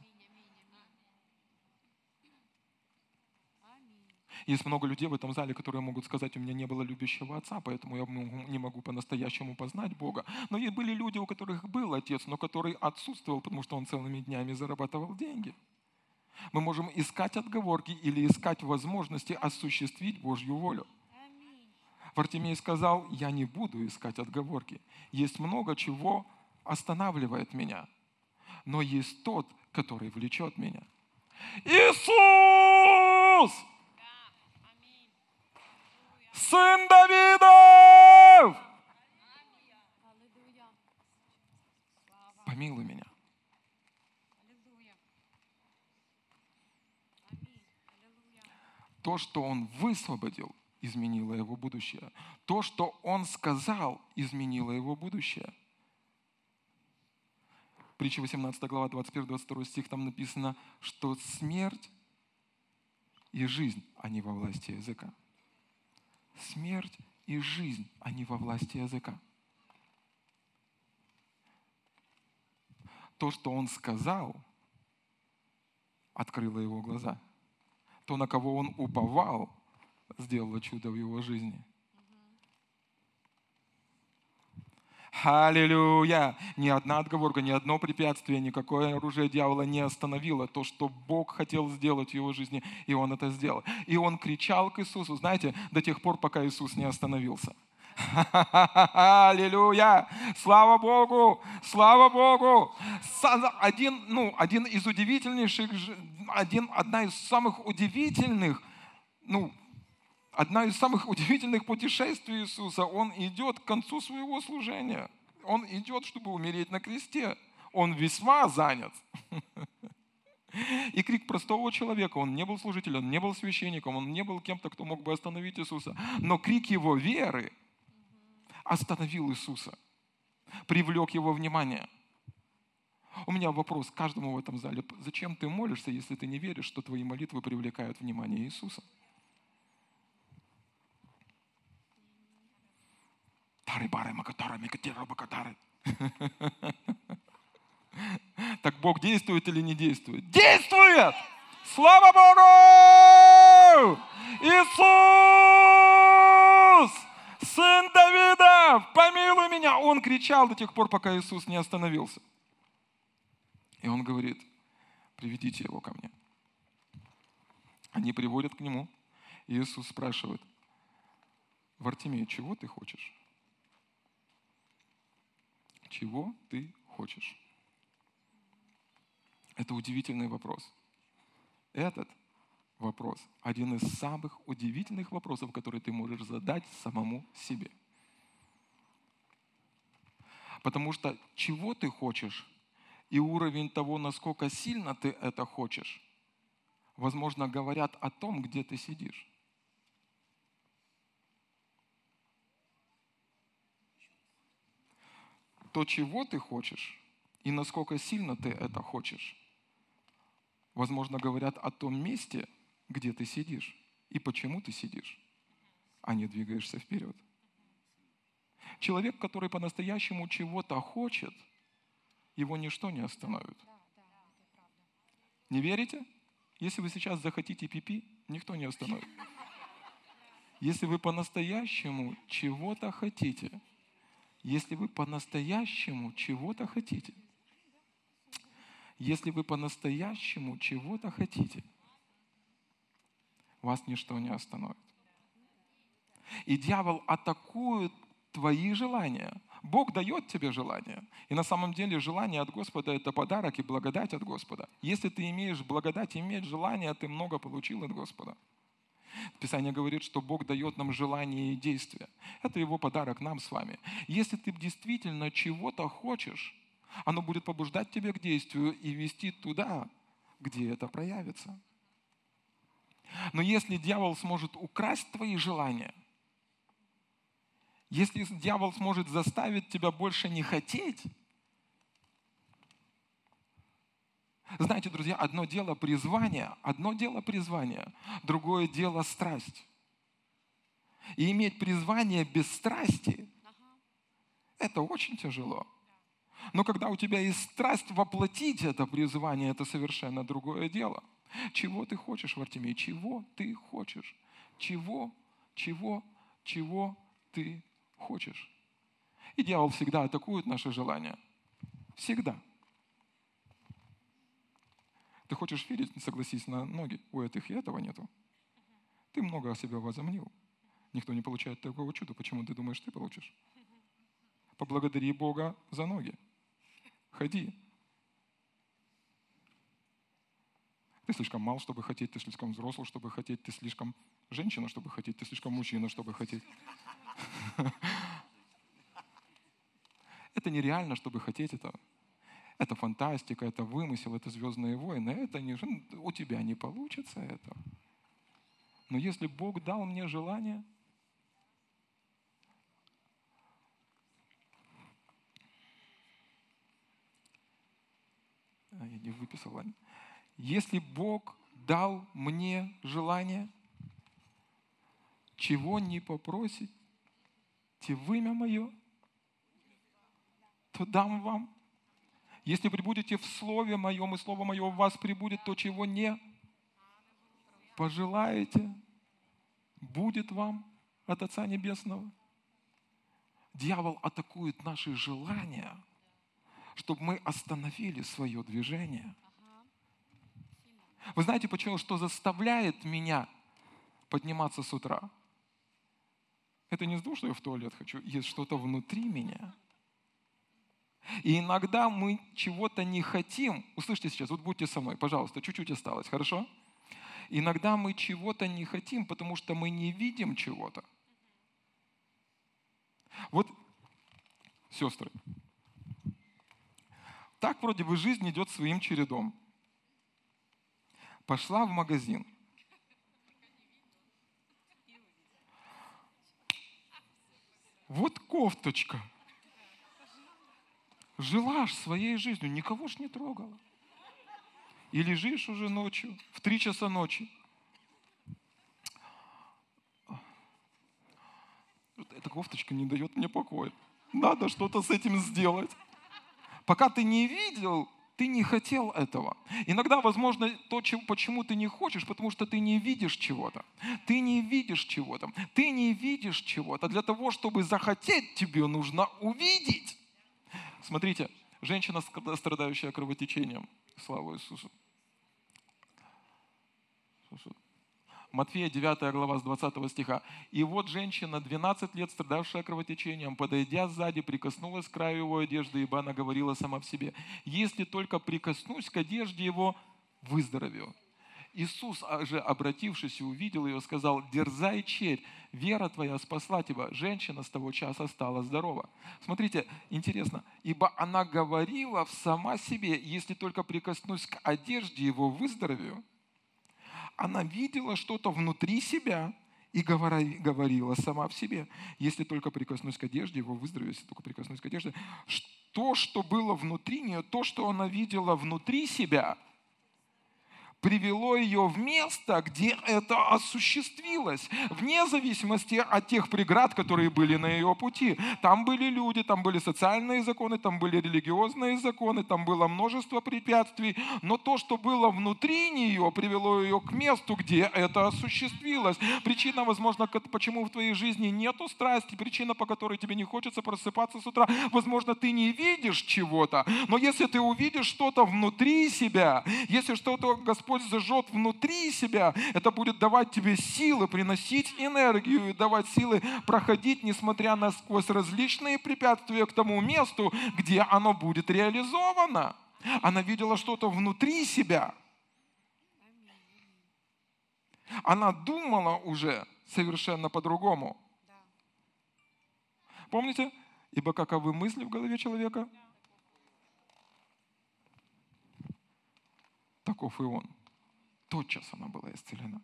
Есть много людей в этом зале, которые могут сказать, у меня не было любящего отца, поэтому я не могу по-настоящему познать Бога. Но и были люди, у которых был отец, но который отсутствовал, потому что он целыми днями зарабатывал деньги. Мы можем искать отговорки или искать возможности осуществить Божью волю. Вартимей сказал, я не буду искать отговорки. Есть много чего останавливает меня, но есть тот, который влечет меня. Иисус! Сын Давидов! Помилуй меня. То, что Он высвободил, изменило его будущее. То, что Он сказал, изменило его будущее. Притча восемнадцатая глава, двадцать первый двадцать второй стих, там написано, что смерть и жизнь, они во власти языка. Смерть и жизнь, они во власти языка. То, что Он сказал, открыло его глаза. То, на кого он уповал, сделало чудо в его жизни. Аллилуйя! Ни одна отговорка, ни одно препятствие, никакое оружие дьявола не остановило то, что Бог хотел сделать в его жизни, и Он это сделал. И он кричал к Иисусу, знаете, до тех пор, пока Иисус не остановился. Аллилуйя! Слава Богу! Слава Богу! Один, ну, один из удивительнейших, один, одна из самых удивительных, ну, одна из самых удивительных путешествий Иисуса. Он идет к концу своего служения. Он идет, чтобы умереть на кресте. Он весьма занят. И крик простого человека, он не был служителем, он не был священником, он не был кем-то, кто мог бы остановить Иисуса. Но крик его веры остановил Иисуса, привлек его внимание. У меня вопрос к каждому в этом зале. Зачем ты молишься, если ты не веришь, что твои молитвы привлекают внимание Иисуса? Так Бог действует или не действует? Действует! Слава Богу! Иисус! Сын Давида, помилуй меня! Он кричал до тех пор, пока Иисус не остановился. И он говорит, приведите его ко мне. Они приводят к нему. И Иисус спрашивает, Вартимей, чего ты хочешь? Чего ты хочешь? Это удивительный вопрос. Этот вопрос один из самых удивительных вопросов, которые ты можешь задать самому себе. Потому что чего ты хочешь и уровень того, насколько сильно ты это хочешь, возможно, говорят о том, где ты сидишь. То, чего ты хочешь, и насколько сильно ты это хочешь, возможно, говорят о том месте, где ты сидишь, и почему ты сидишь, а не двигаешься вперед. Человек, который по-настоящему чего-то хочет, его ничто не остановит. Не верите? Если вы сейчас захотите пипи, никто не остановит. Если вы по-настоящему чего-то хотите, если вы по-настоящему чего-то хотите, если вы по-настоящему чего-то хотите, вас ничто не остановит. И дьявол атакует твои желания. Бог дает тебе желание. И на самом деле желание от Господа – это подарок и благодать от Господа. Если ты имеешь благодать, иметь желание, ты много получил от Господа. Писание говорит, что Бог дает нам желание и действия. Это Его подарок нам с вами. Если ты действительно чего-то хочешь, Оно будет побуждать тебя к действию и вести туда, где это проявится. Но если дьявол сможет украсть твои желания, если дьявол сможет заставить тебя больше не хотеть, знаете, друзья, одно дело призвание, одно дело призвание, другое дело страсть. И иметь призвание без страсти – это очень тяжело. Но когда у тебя есть страсть воплотить это призвание, это совершенно другое дело. Чего ты хочешь, Вартимей? Чего ты хочешь? Чего, чего, чего ты хочешь? И дьявол всегда атакует наши желания. Всегда. Ты хочешь верить, согласись, на ноги. У этих и этого нету. Ты много о себе возомнил. Никто не получает такого чуда. Почему ты думаешь, ты получишь? Поблагодари Бога за ноги. Ходи. Ты слишком мал, чтобы хотеть, ты слишком взрослый, чтобы хотеть, ты слишком женщина, чтобы хотеть, ты слишком мужчина, чтобы хотеть. Это нереально, чтобы хотеть этого. Это фантастика, это вымысел, это «Звездные войны». Это не, у тебя не получится это. Но если Бог дал мне желание, а, я не выписал, ладно. Если Бог дал мне желание, чего не попросите в имя Мое, то дам вам. Если прибудете в Слове Моем, и Слово Мое в вас прибудет, то чего не пожелаете, будет вам от Отца Небесного. Дьявол атакует наши желания, чтобы мы остановили свое движение. Вы знаете, почему? Что заставляет меня подниматься с утра? Это не из-за того, что я в туалет хочу. Есть что-то внутри меня. И иногда мы чего-то не хотим. Услышьте сейчас, вот будьте со мной, пожалуйста, чуть-чуть осталось, хорошо? Иногда мы чего-то не хотим, потому что мы не видим чего-то. Вот, сестры, так вроде бы жизнь идет своим чередом. Пошла в магазин. Вот кофточка. Жила ж своей жизнью, никого ж не трогала. И лежишь уже ночью, в три часа ночи. Эта кофточка не дает мне покоя. Надо что-то с этим сделать. Пока ты не видел, ты не хотел этого. Иногда, возможно, то, почему ты не хочешь, потому что ты не видишь чего-то. Ты не видишь чего-то. Ты не видишь чего-то. Для того, чтобы захотеть, тебе нужно увидеть. Смотрите, женщина, страдающая кровотечением. Слава Иисусу. Матфея девятая глава с двадцатого стиха. «И вот женщина, двенадцать лет страдавшая кровотечением, подойдя сзади, прикоснулась к краю его одежды, ибо она говорила сама в себе: если только прикоснусь к одежде его, выздоровею». Иисус же, обратившись и увидел ее, сказал: «Дерзай, черь, вера твоя спасла тебя». Женщина с того часа стала здорова. Смотрите, интересно. «Ибо она говорила в сама себе: если только прикоснусь к одежде его, выздоровею». Она видела что-то внутри себя и говорила сама в себе: если только прикоснусь к одежде его, выздоровею, если только прикоснусь к одежде. То, что было внутри нее, то, что она видела внутри себя, привело ее в место, где это осуществилось, вне зависимости от тех преград, которые были на ее пути. Там были люди, там были социальные законы, там были религиозные законы, там было множество препятствий, но то, что было внутри нее, привело ее к месту, где это осуществилось. Причина, возможно, почему в твоей жизни нету страсти, причина, по которой тебе не хочется просыпаться с утра, возможно, ты не видишь чего-то, но если ты увидишь что-то внутри себя, если что-то Господь зажжет внутри себя, это будет давать тебе силы, приносить энергию и давать силы проходить, несмотря на сквозь различные препятствия, к тому месту, где оно будет реализовано. Она видела что-то внутри себя. Она думала уже совершенно по-другому. Помните? Ибо каковы мысли в голове человека? таков и он. Тотчас она была исцелена.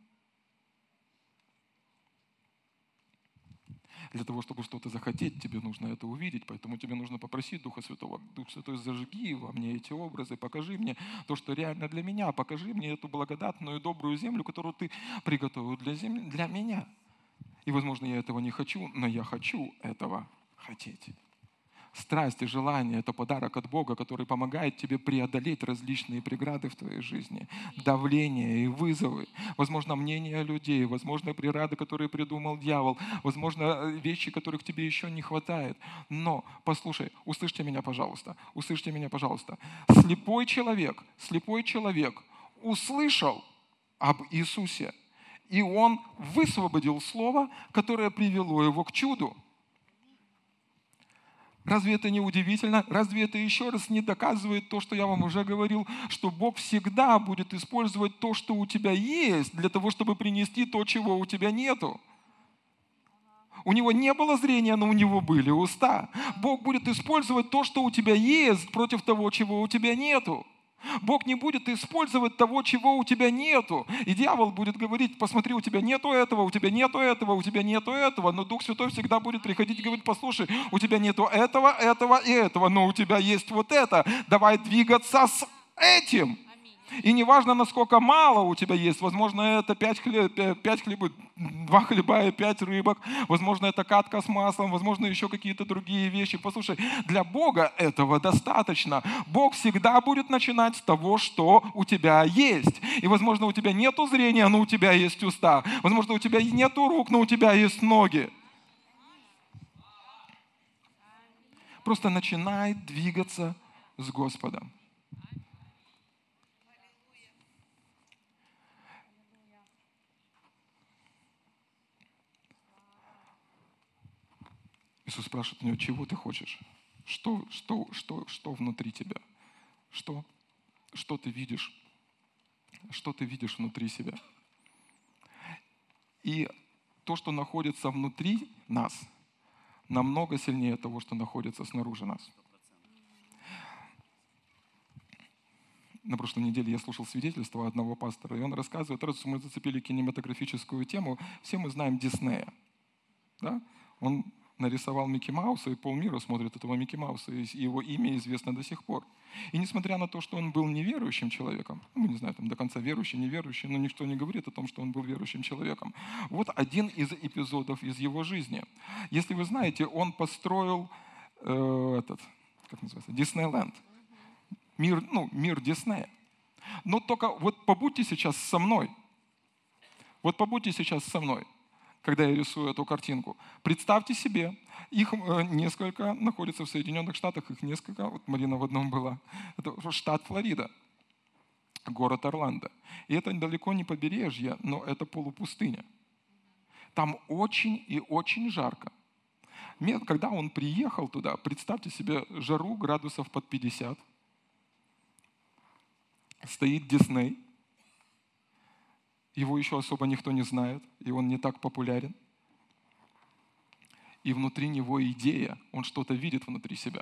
Для того, чтобы что-то захотеть, тебе нужно это увидеть, поэтому тебе нужно попросить Духа Святого. Дух Святой, зажги во мне эти образы, покажи мне то, что реально для меня, покажи мне эту благодатную и добрую землю, которую ты приготовил для, земли, для меня. И, возможно, я этого не хочу, но я хочу этого хотеть. Страсть и желание – это подарок от Бога, который помогает тебе преодолеть различные преграды в твоей жизни, давление и вызовы, возможно, мнения людей, возможно, преграды, которые придумал дьявол, возможно, вещи, которых тебе еще не хватает. Но, послушай, услышьте меня, пожалуйста, услышьте меня, пожалуйста. Слепой человек, слепой человек услышал об Иисусе, и он высвободил слово, которое привело его к чуду. Разве это не удивительно? Разве это еще раз не доказывает то, что я вам уже говорил, что Бог всегда будет использовать то, что у тебя есть, для того, чтобы принести то, чего у тебя нету? У него не было зрения, но у него были уста. Бог будет использовать то, что у тебя есть, против того, чего у тебя нету. Бог не будет использовать того, чего у тебя нету. И дьявол будет говорить: посмотри, у тебя нету этого, у тебя нету этого, у тебя нету этого. Но Дух Святой всегда будет приходить и говорить: послушай, у тебя нету этого, этого и этого, но у тебя есть вот это. Давай двигаться с этим. И неважно, насколько мало у тебя есть, возможно, это пять хлеб, пять хлеб, два хлеба и пять рыбок, возможно, это катка с маслом, возможно, еще какие-то другие вещи. Послушай, для Бога этого достаточно. Бог всегда будет начинать с того, что у тебя есть. И, возможно, у тебя нету зрения, но у тебя есть уста. Возможно, у тебя нету рук, но у тебя есть ноги. Просто начинай двигаться с Господом. Иисус спрашивает у него: чего ты хочешь? Что, что, что, что внутри тебя? Что? Что ты видишь? Что ты видишь внутри себя? И то, что находится внутри нас, намного сильнее того, что находится снаружи нас. На прошлой неделе я слушал свидетельство одного пастора, и он рассказывает, раз мы зацепили кинематографическую тему, все мы знаем Диснея. Да? Он нарисовал Микки Мауса, и полмира смотрит этого Микки Мауса, и его имя известно до сих пор. И несмотря на то, что он был неверующим человеком, ну, не знаю, там до конца верующий, неверующий, но никто не говорит о том, что он был верующим человеком. Вот один из эпизодов из его жизни. Если вы знаете, он построил э, этот, как называется, Диснейленд. Мир, ну, мир Диснея. Но только вот побудьте сейчас со мной. Вот побудьте сейчас со мной, когда я рисую эту картинку. Представьте себе, их несколько находится в Соединенных Штатах, их несколько, вот Марина в одном была. Это штат Флорида, город Орландо. И это далеко не побережье, но это полупустыня. Там очень и очень жарко. Когда он приехал туда, представьте себе жару градусов под пятьдесят. Стоит Дисней. Его еще особо никто не знает, и он не так популярен. И внутри него идея, он что-то видит внутри себя.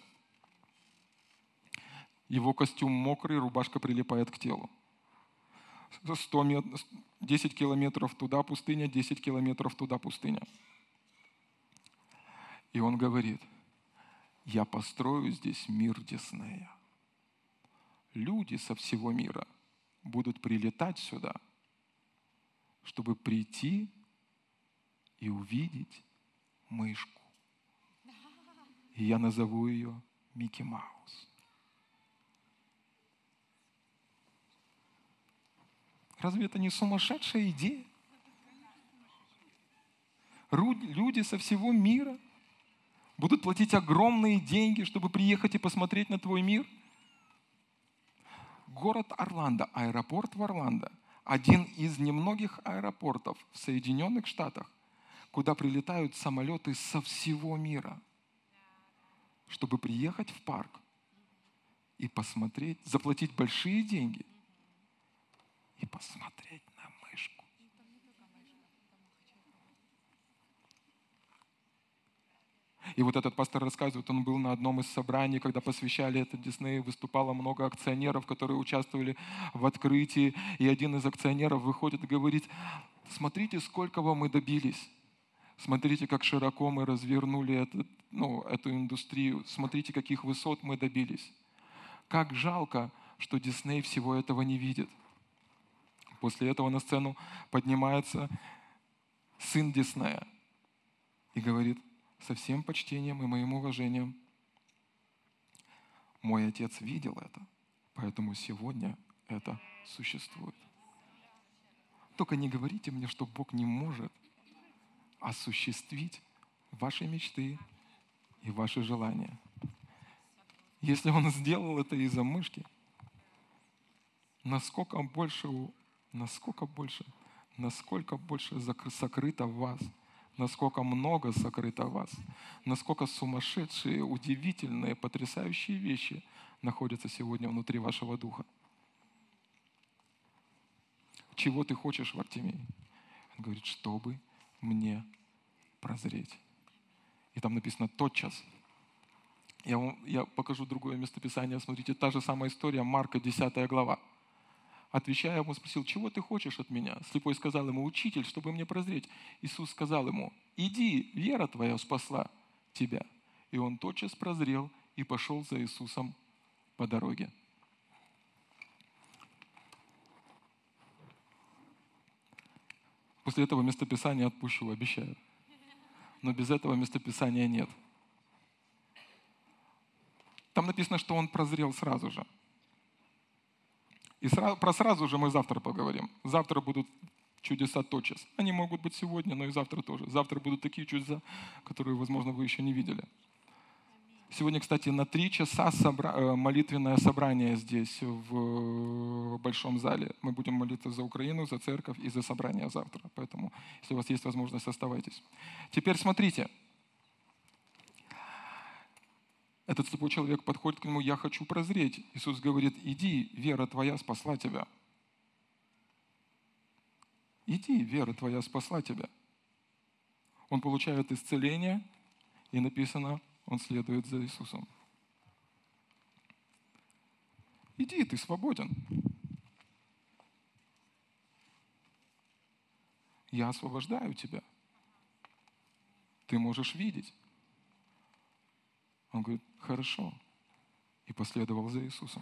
Его костюм мокрый, рубашка прилипает к телу. сто мет... десять километров туда пустыня, десять километров туда пустыня. И он говорит: я построю здесь мир Диснея. Люди со всего мира будут прилетать сюда, чтобы прийти и увидеть мышку. И я назову ее Микки Маус. Разве это не сумасшедшая идея? Люди со всего мира будут платить огромные деньги, чтобы приехать и посмотреть на твой мир. Город Орландо, аэропорт в Орландо, один из немногих аэропортов в Соединенных Штатах, куда прилетают самолеты со всего мира, чтобы приехать в парк и посмотреть, заплатить большие деньги и посмотреть на мышку. И вот этот пастор рассказывает, он был на одном из собраний, когда посвящали это Диснею, выступало много акционеров, которые участвовали в открытии. И один из акционеров выходит и говорит: смотрите, сколького мы добились. Смотрите, как широко мы развернули этот, ну, эту индустрию. Смотрите, каких высот мы добились. Как жалко, что Дисней всего этого не видит. После этого на сцену поднимается сын Диснея и говорит: со всем почтением и моим уважением, мой отец видел это, поэтому сегодня это существует. Только не говорите мне, что Бог не может осуществить ваши мечты и ваши желания. Если Он сделал это из-за мышки, насколько больше, насколько больше, насколько больше закры- сокрыто в вас, насколько много сокрыто в вас, насколько сумасшедшие, удивительные, потрясающие вещи находятся сегодня внутри вашего духа. Чего ты хочешь, Вартимей? Он говорит: чтобы мне прозреть. И там написано тотчас. Я, вам, я покажу другое местописание. Смотрите, та же самая история, Марка, десятая глава. Отвечая ему, спросил: чего ты хочешь от меня? Слепой сказал ему: учитель, чтобы мне прозреть. Иисус сказал ему: иди, вера твоя спасла тебя. И он тотчас прозрел и пошел за Иисусом по дороге. После этого местописания отпущу, обещаю. Но без этого местописания нет. Там написано, что он прозрел сразу же. И сразу, про сразу же мы завтра поговорим. Завтра будут чудеса тотчас. Они могут быть сегодня, но и завтра тоже. Завтра будут такие чудеса, которые, возможно, вы еще не видели. Сегодня, кстати, на три часа собра... молитвенное собрание здесь, в большом зале. Мы будем молиться за Украину, за церковь и за собрание завтра. Поэтому, если у вас есть возможность, оставайтесь. Теперь смотрите. Этот слепой человек подходит к нему: я хочу прозреть. Иисус говорит: иди, вера твоя спасла тебя. Иди, вера твоя спасла тебя. Он получает исцеление, и написано, он следует за Иисусом. Иди, ты свободен. Я освобождаю тебя. Ты можешь видеть. Он говорит: хорошо. И последовал за Иисусом.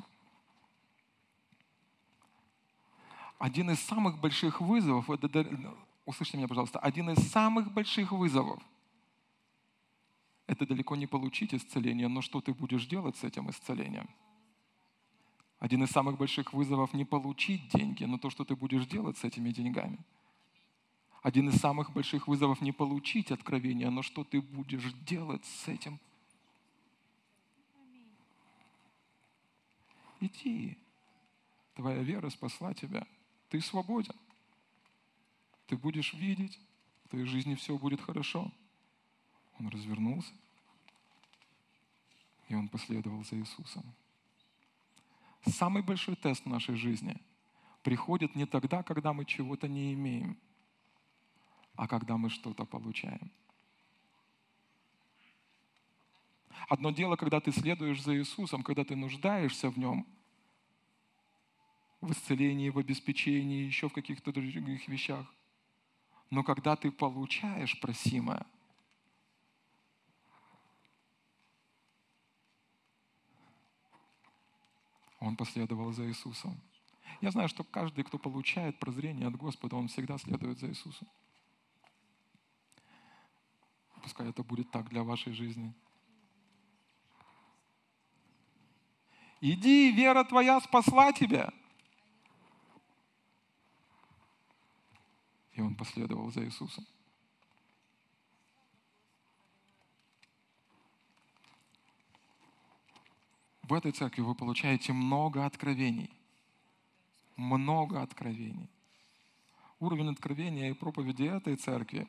Один из самых больших вызовов, это, услышьте меня, пожалуйста, один из самых больших вызовов – это далеко не получить исцеление, но что ты будешь делать с этим исцелением. Один из самых больших вызовов – не получить деньги, но то, что ты будешь делать с этими деньгами. Один из самых больших вызовов – не получить откровение, но что ты будешь делать с этим. Иди. Твоя вера спасла тебя. Ты свободен. Ты будешь видеть, в твоей жизни все будет хорошо. Он развернулся, и он последовал за Иисусом. Самый большой тест в нашей жизни приходит не тогда, когда мы чего-то не имеем, а когда мы что-то получаем. Одно дело, когда ты следуешь за Иисусом, когда ты нуждаешься в Нем, в исцелении, в обеспечении, еще в каких-то других вещах. Но когда ты получаешь просимое, он последовал за Иисусом. Я знаю, что каждый, кто получает прозрение от Господа, он всегда следует за Иисусом. Пускай это будет так для вашей жизни. Иди, вера твоя спасла тебя. И он последовал за Иисусом. В этой церкви вы получаете много откровений. Много откровений. Уровень откровения и проповеди этой церкви.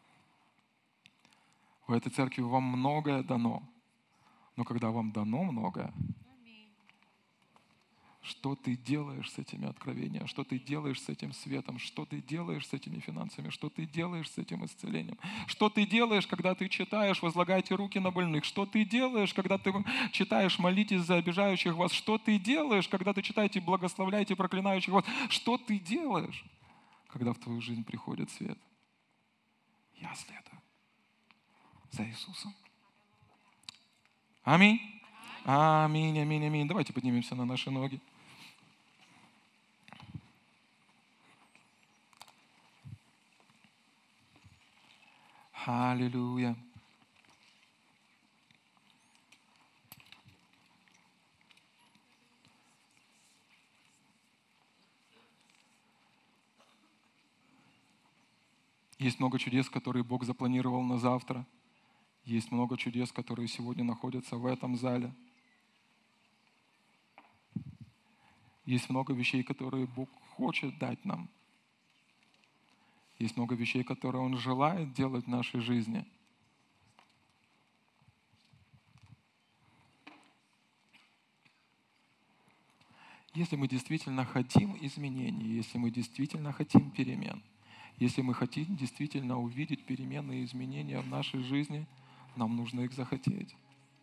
В этой церкви вам многое дано. Но когда вам дано многое, Что ты делаешь с этими откровениями? Что ты делаешь с этим светом? Что ты делаешь с этими финансами? Что ты делаешь с этим исцелением? Что ты делаешь, когда ты читаешь «Возлагайте руки на больных»? Что ты делаешь, когда ты читаешь «Молитесь за обижающих вас»? Что ты делаешь, когда ты читаете «Благословляйте проклинающих вас»? Что ты делаешь, когда в твою жизнь приходит свет? Я следую за Иисусом. Аминь. Аминь, аминь, аминь. Давайте поднимемся на наши ноги. Аллилуйя. Есть много чудес, которые Бог запланировал на завтра. Есть много чудес, которые сегодня находятся в этом зале. Есть много вещей, которые Бог хочет дать нам. Есть много вещей, которые Он желает делать в нашей жизни. Если мы действительно хотим изменений, если мы действительно хотим перемен, если мы хотим действительно увидеть перемены и изменения в нашей жизни, нам нужно их захотеть.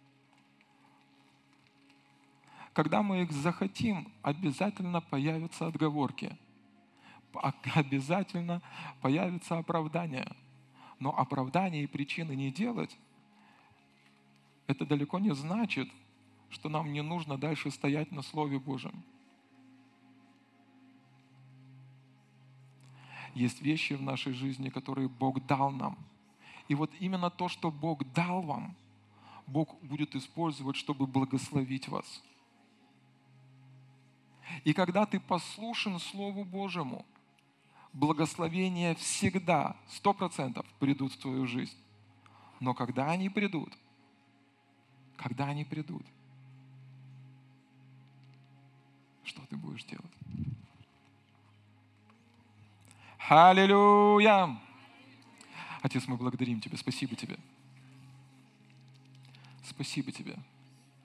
Когда мы их захотим, обязательно появятся отговорки. Обязательно появится оправдание. Но оправдание и причины не делать, это далеко не значит, что нам не нужно дальше стоять на Слове Божьем. Есть вещи в нашей жизни, которые Бог дал нам. И вот именно то, что Бог дал вам, Бог будет использовать, чтобы благословить вас. И когда ты послушен Слову Божьему, благословения всегда, сто процентов придут в твою жизнь. Но когда они придут, когда они придут, что ты будешь делать? Аллилуйя! Отец, мы благодарим Тебя, спасибо Тебе. Спасибо Тебе.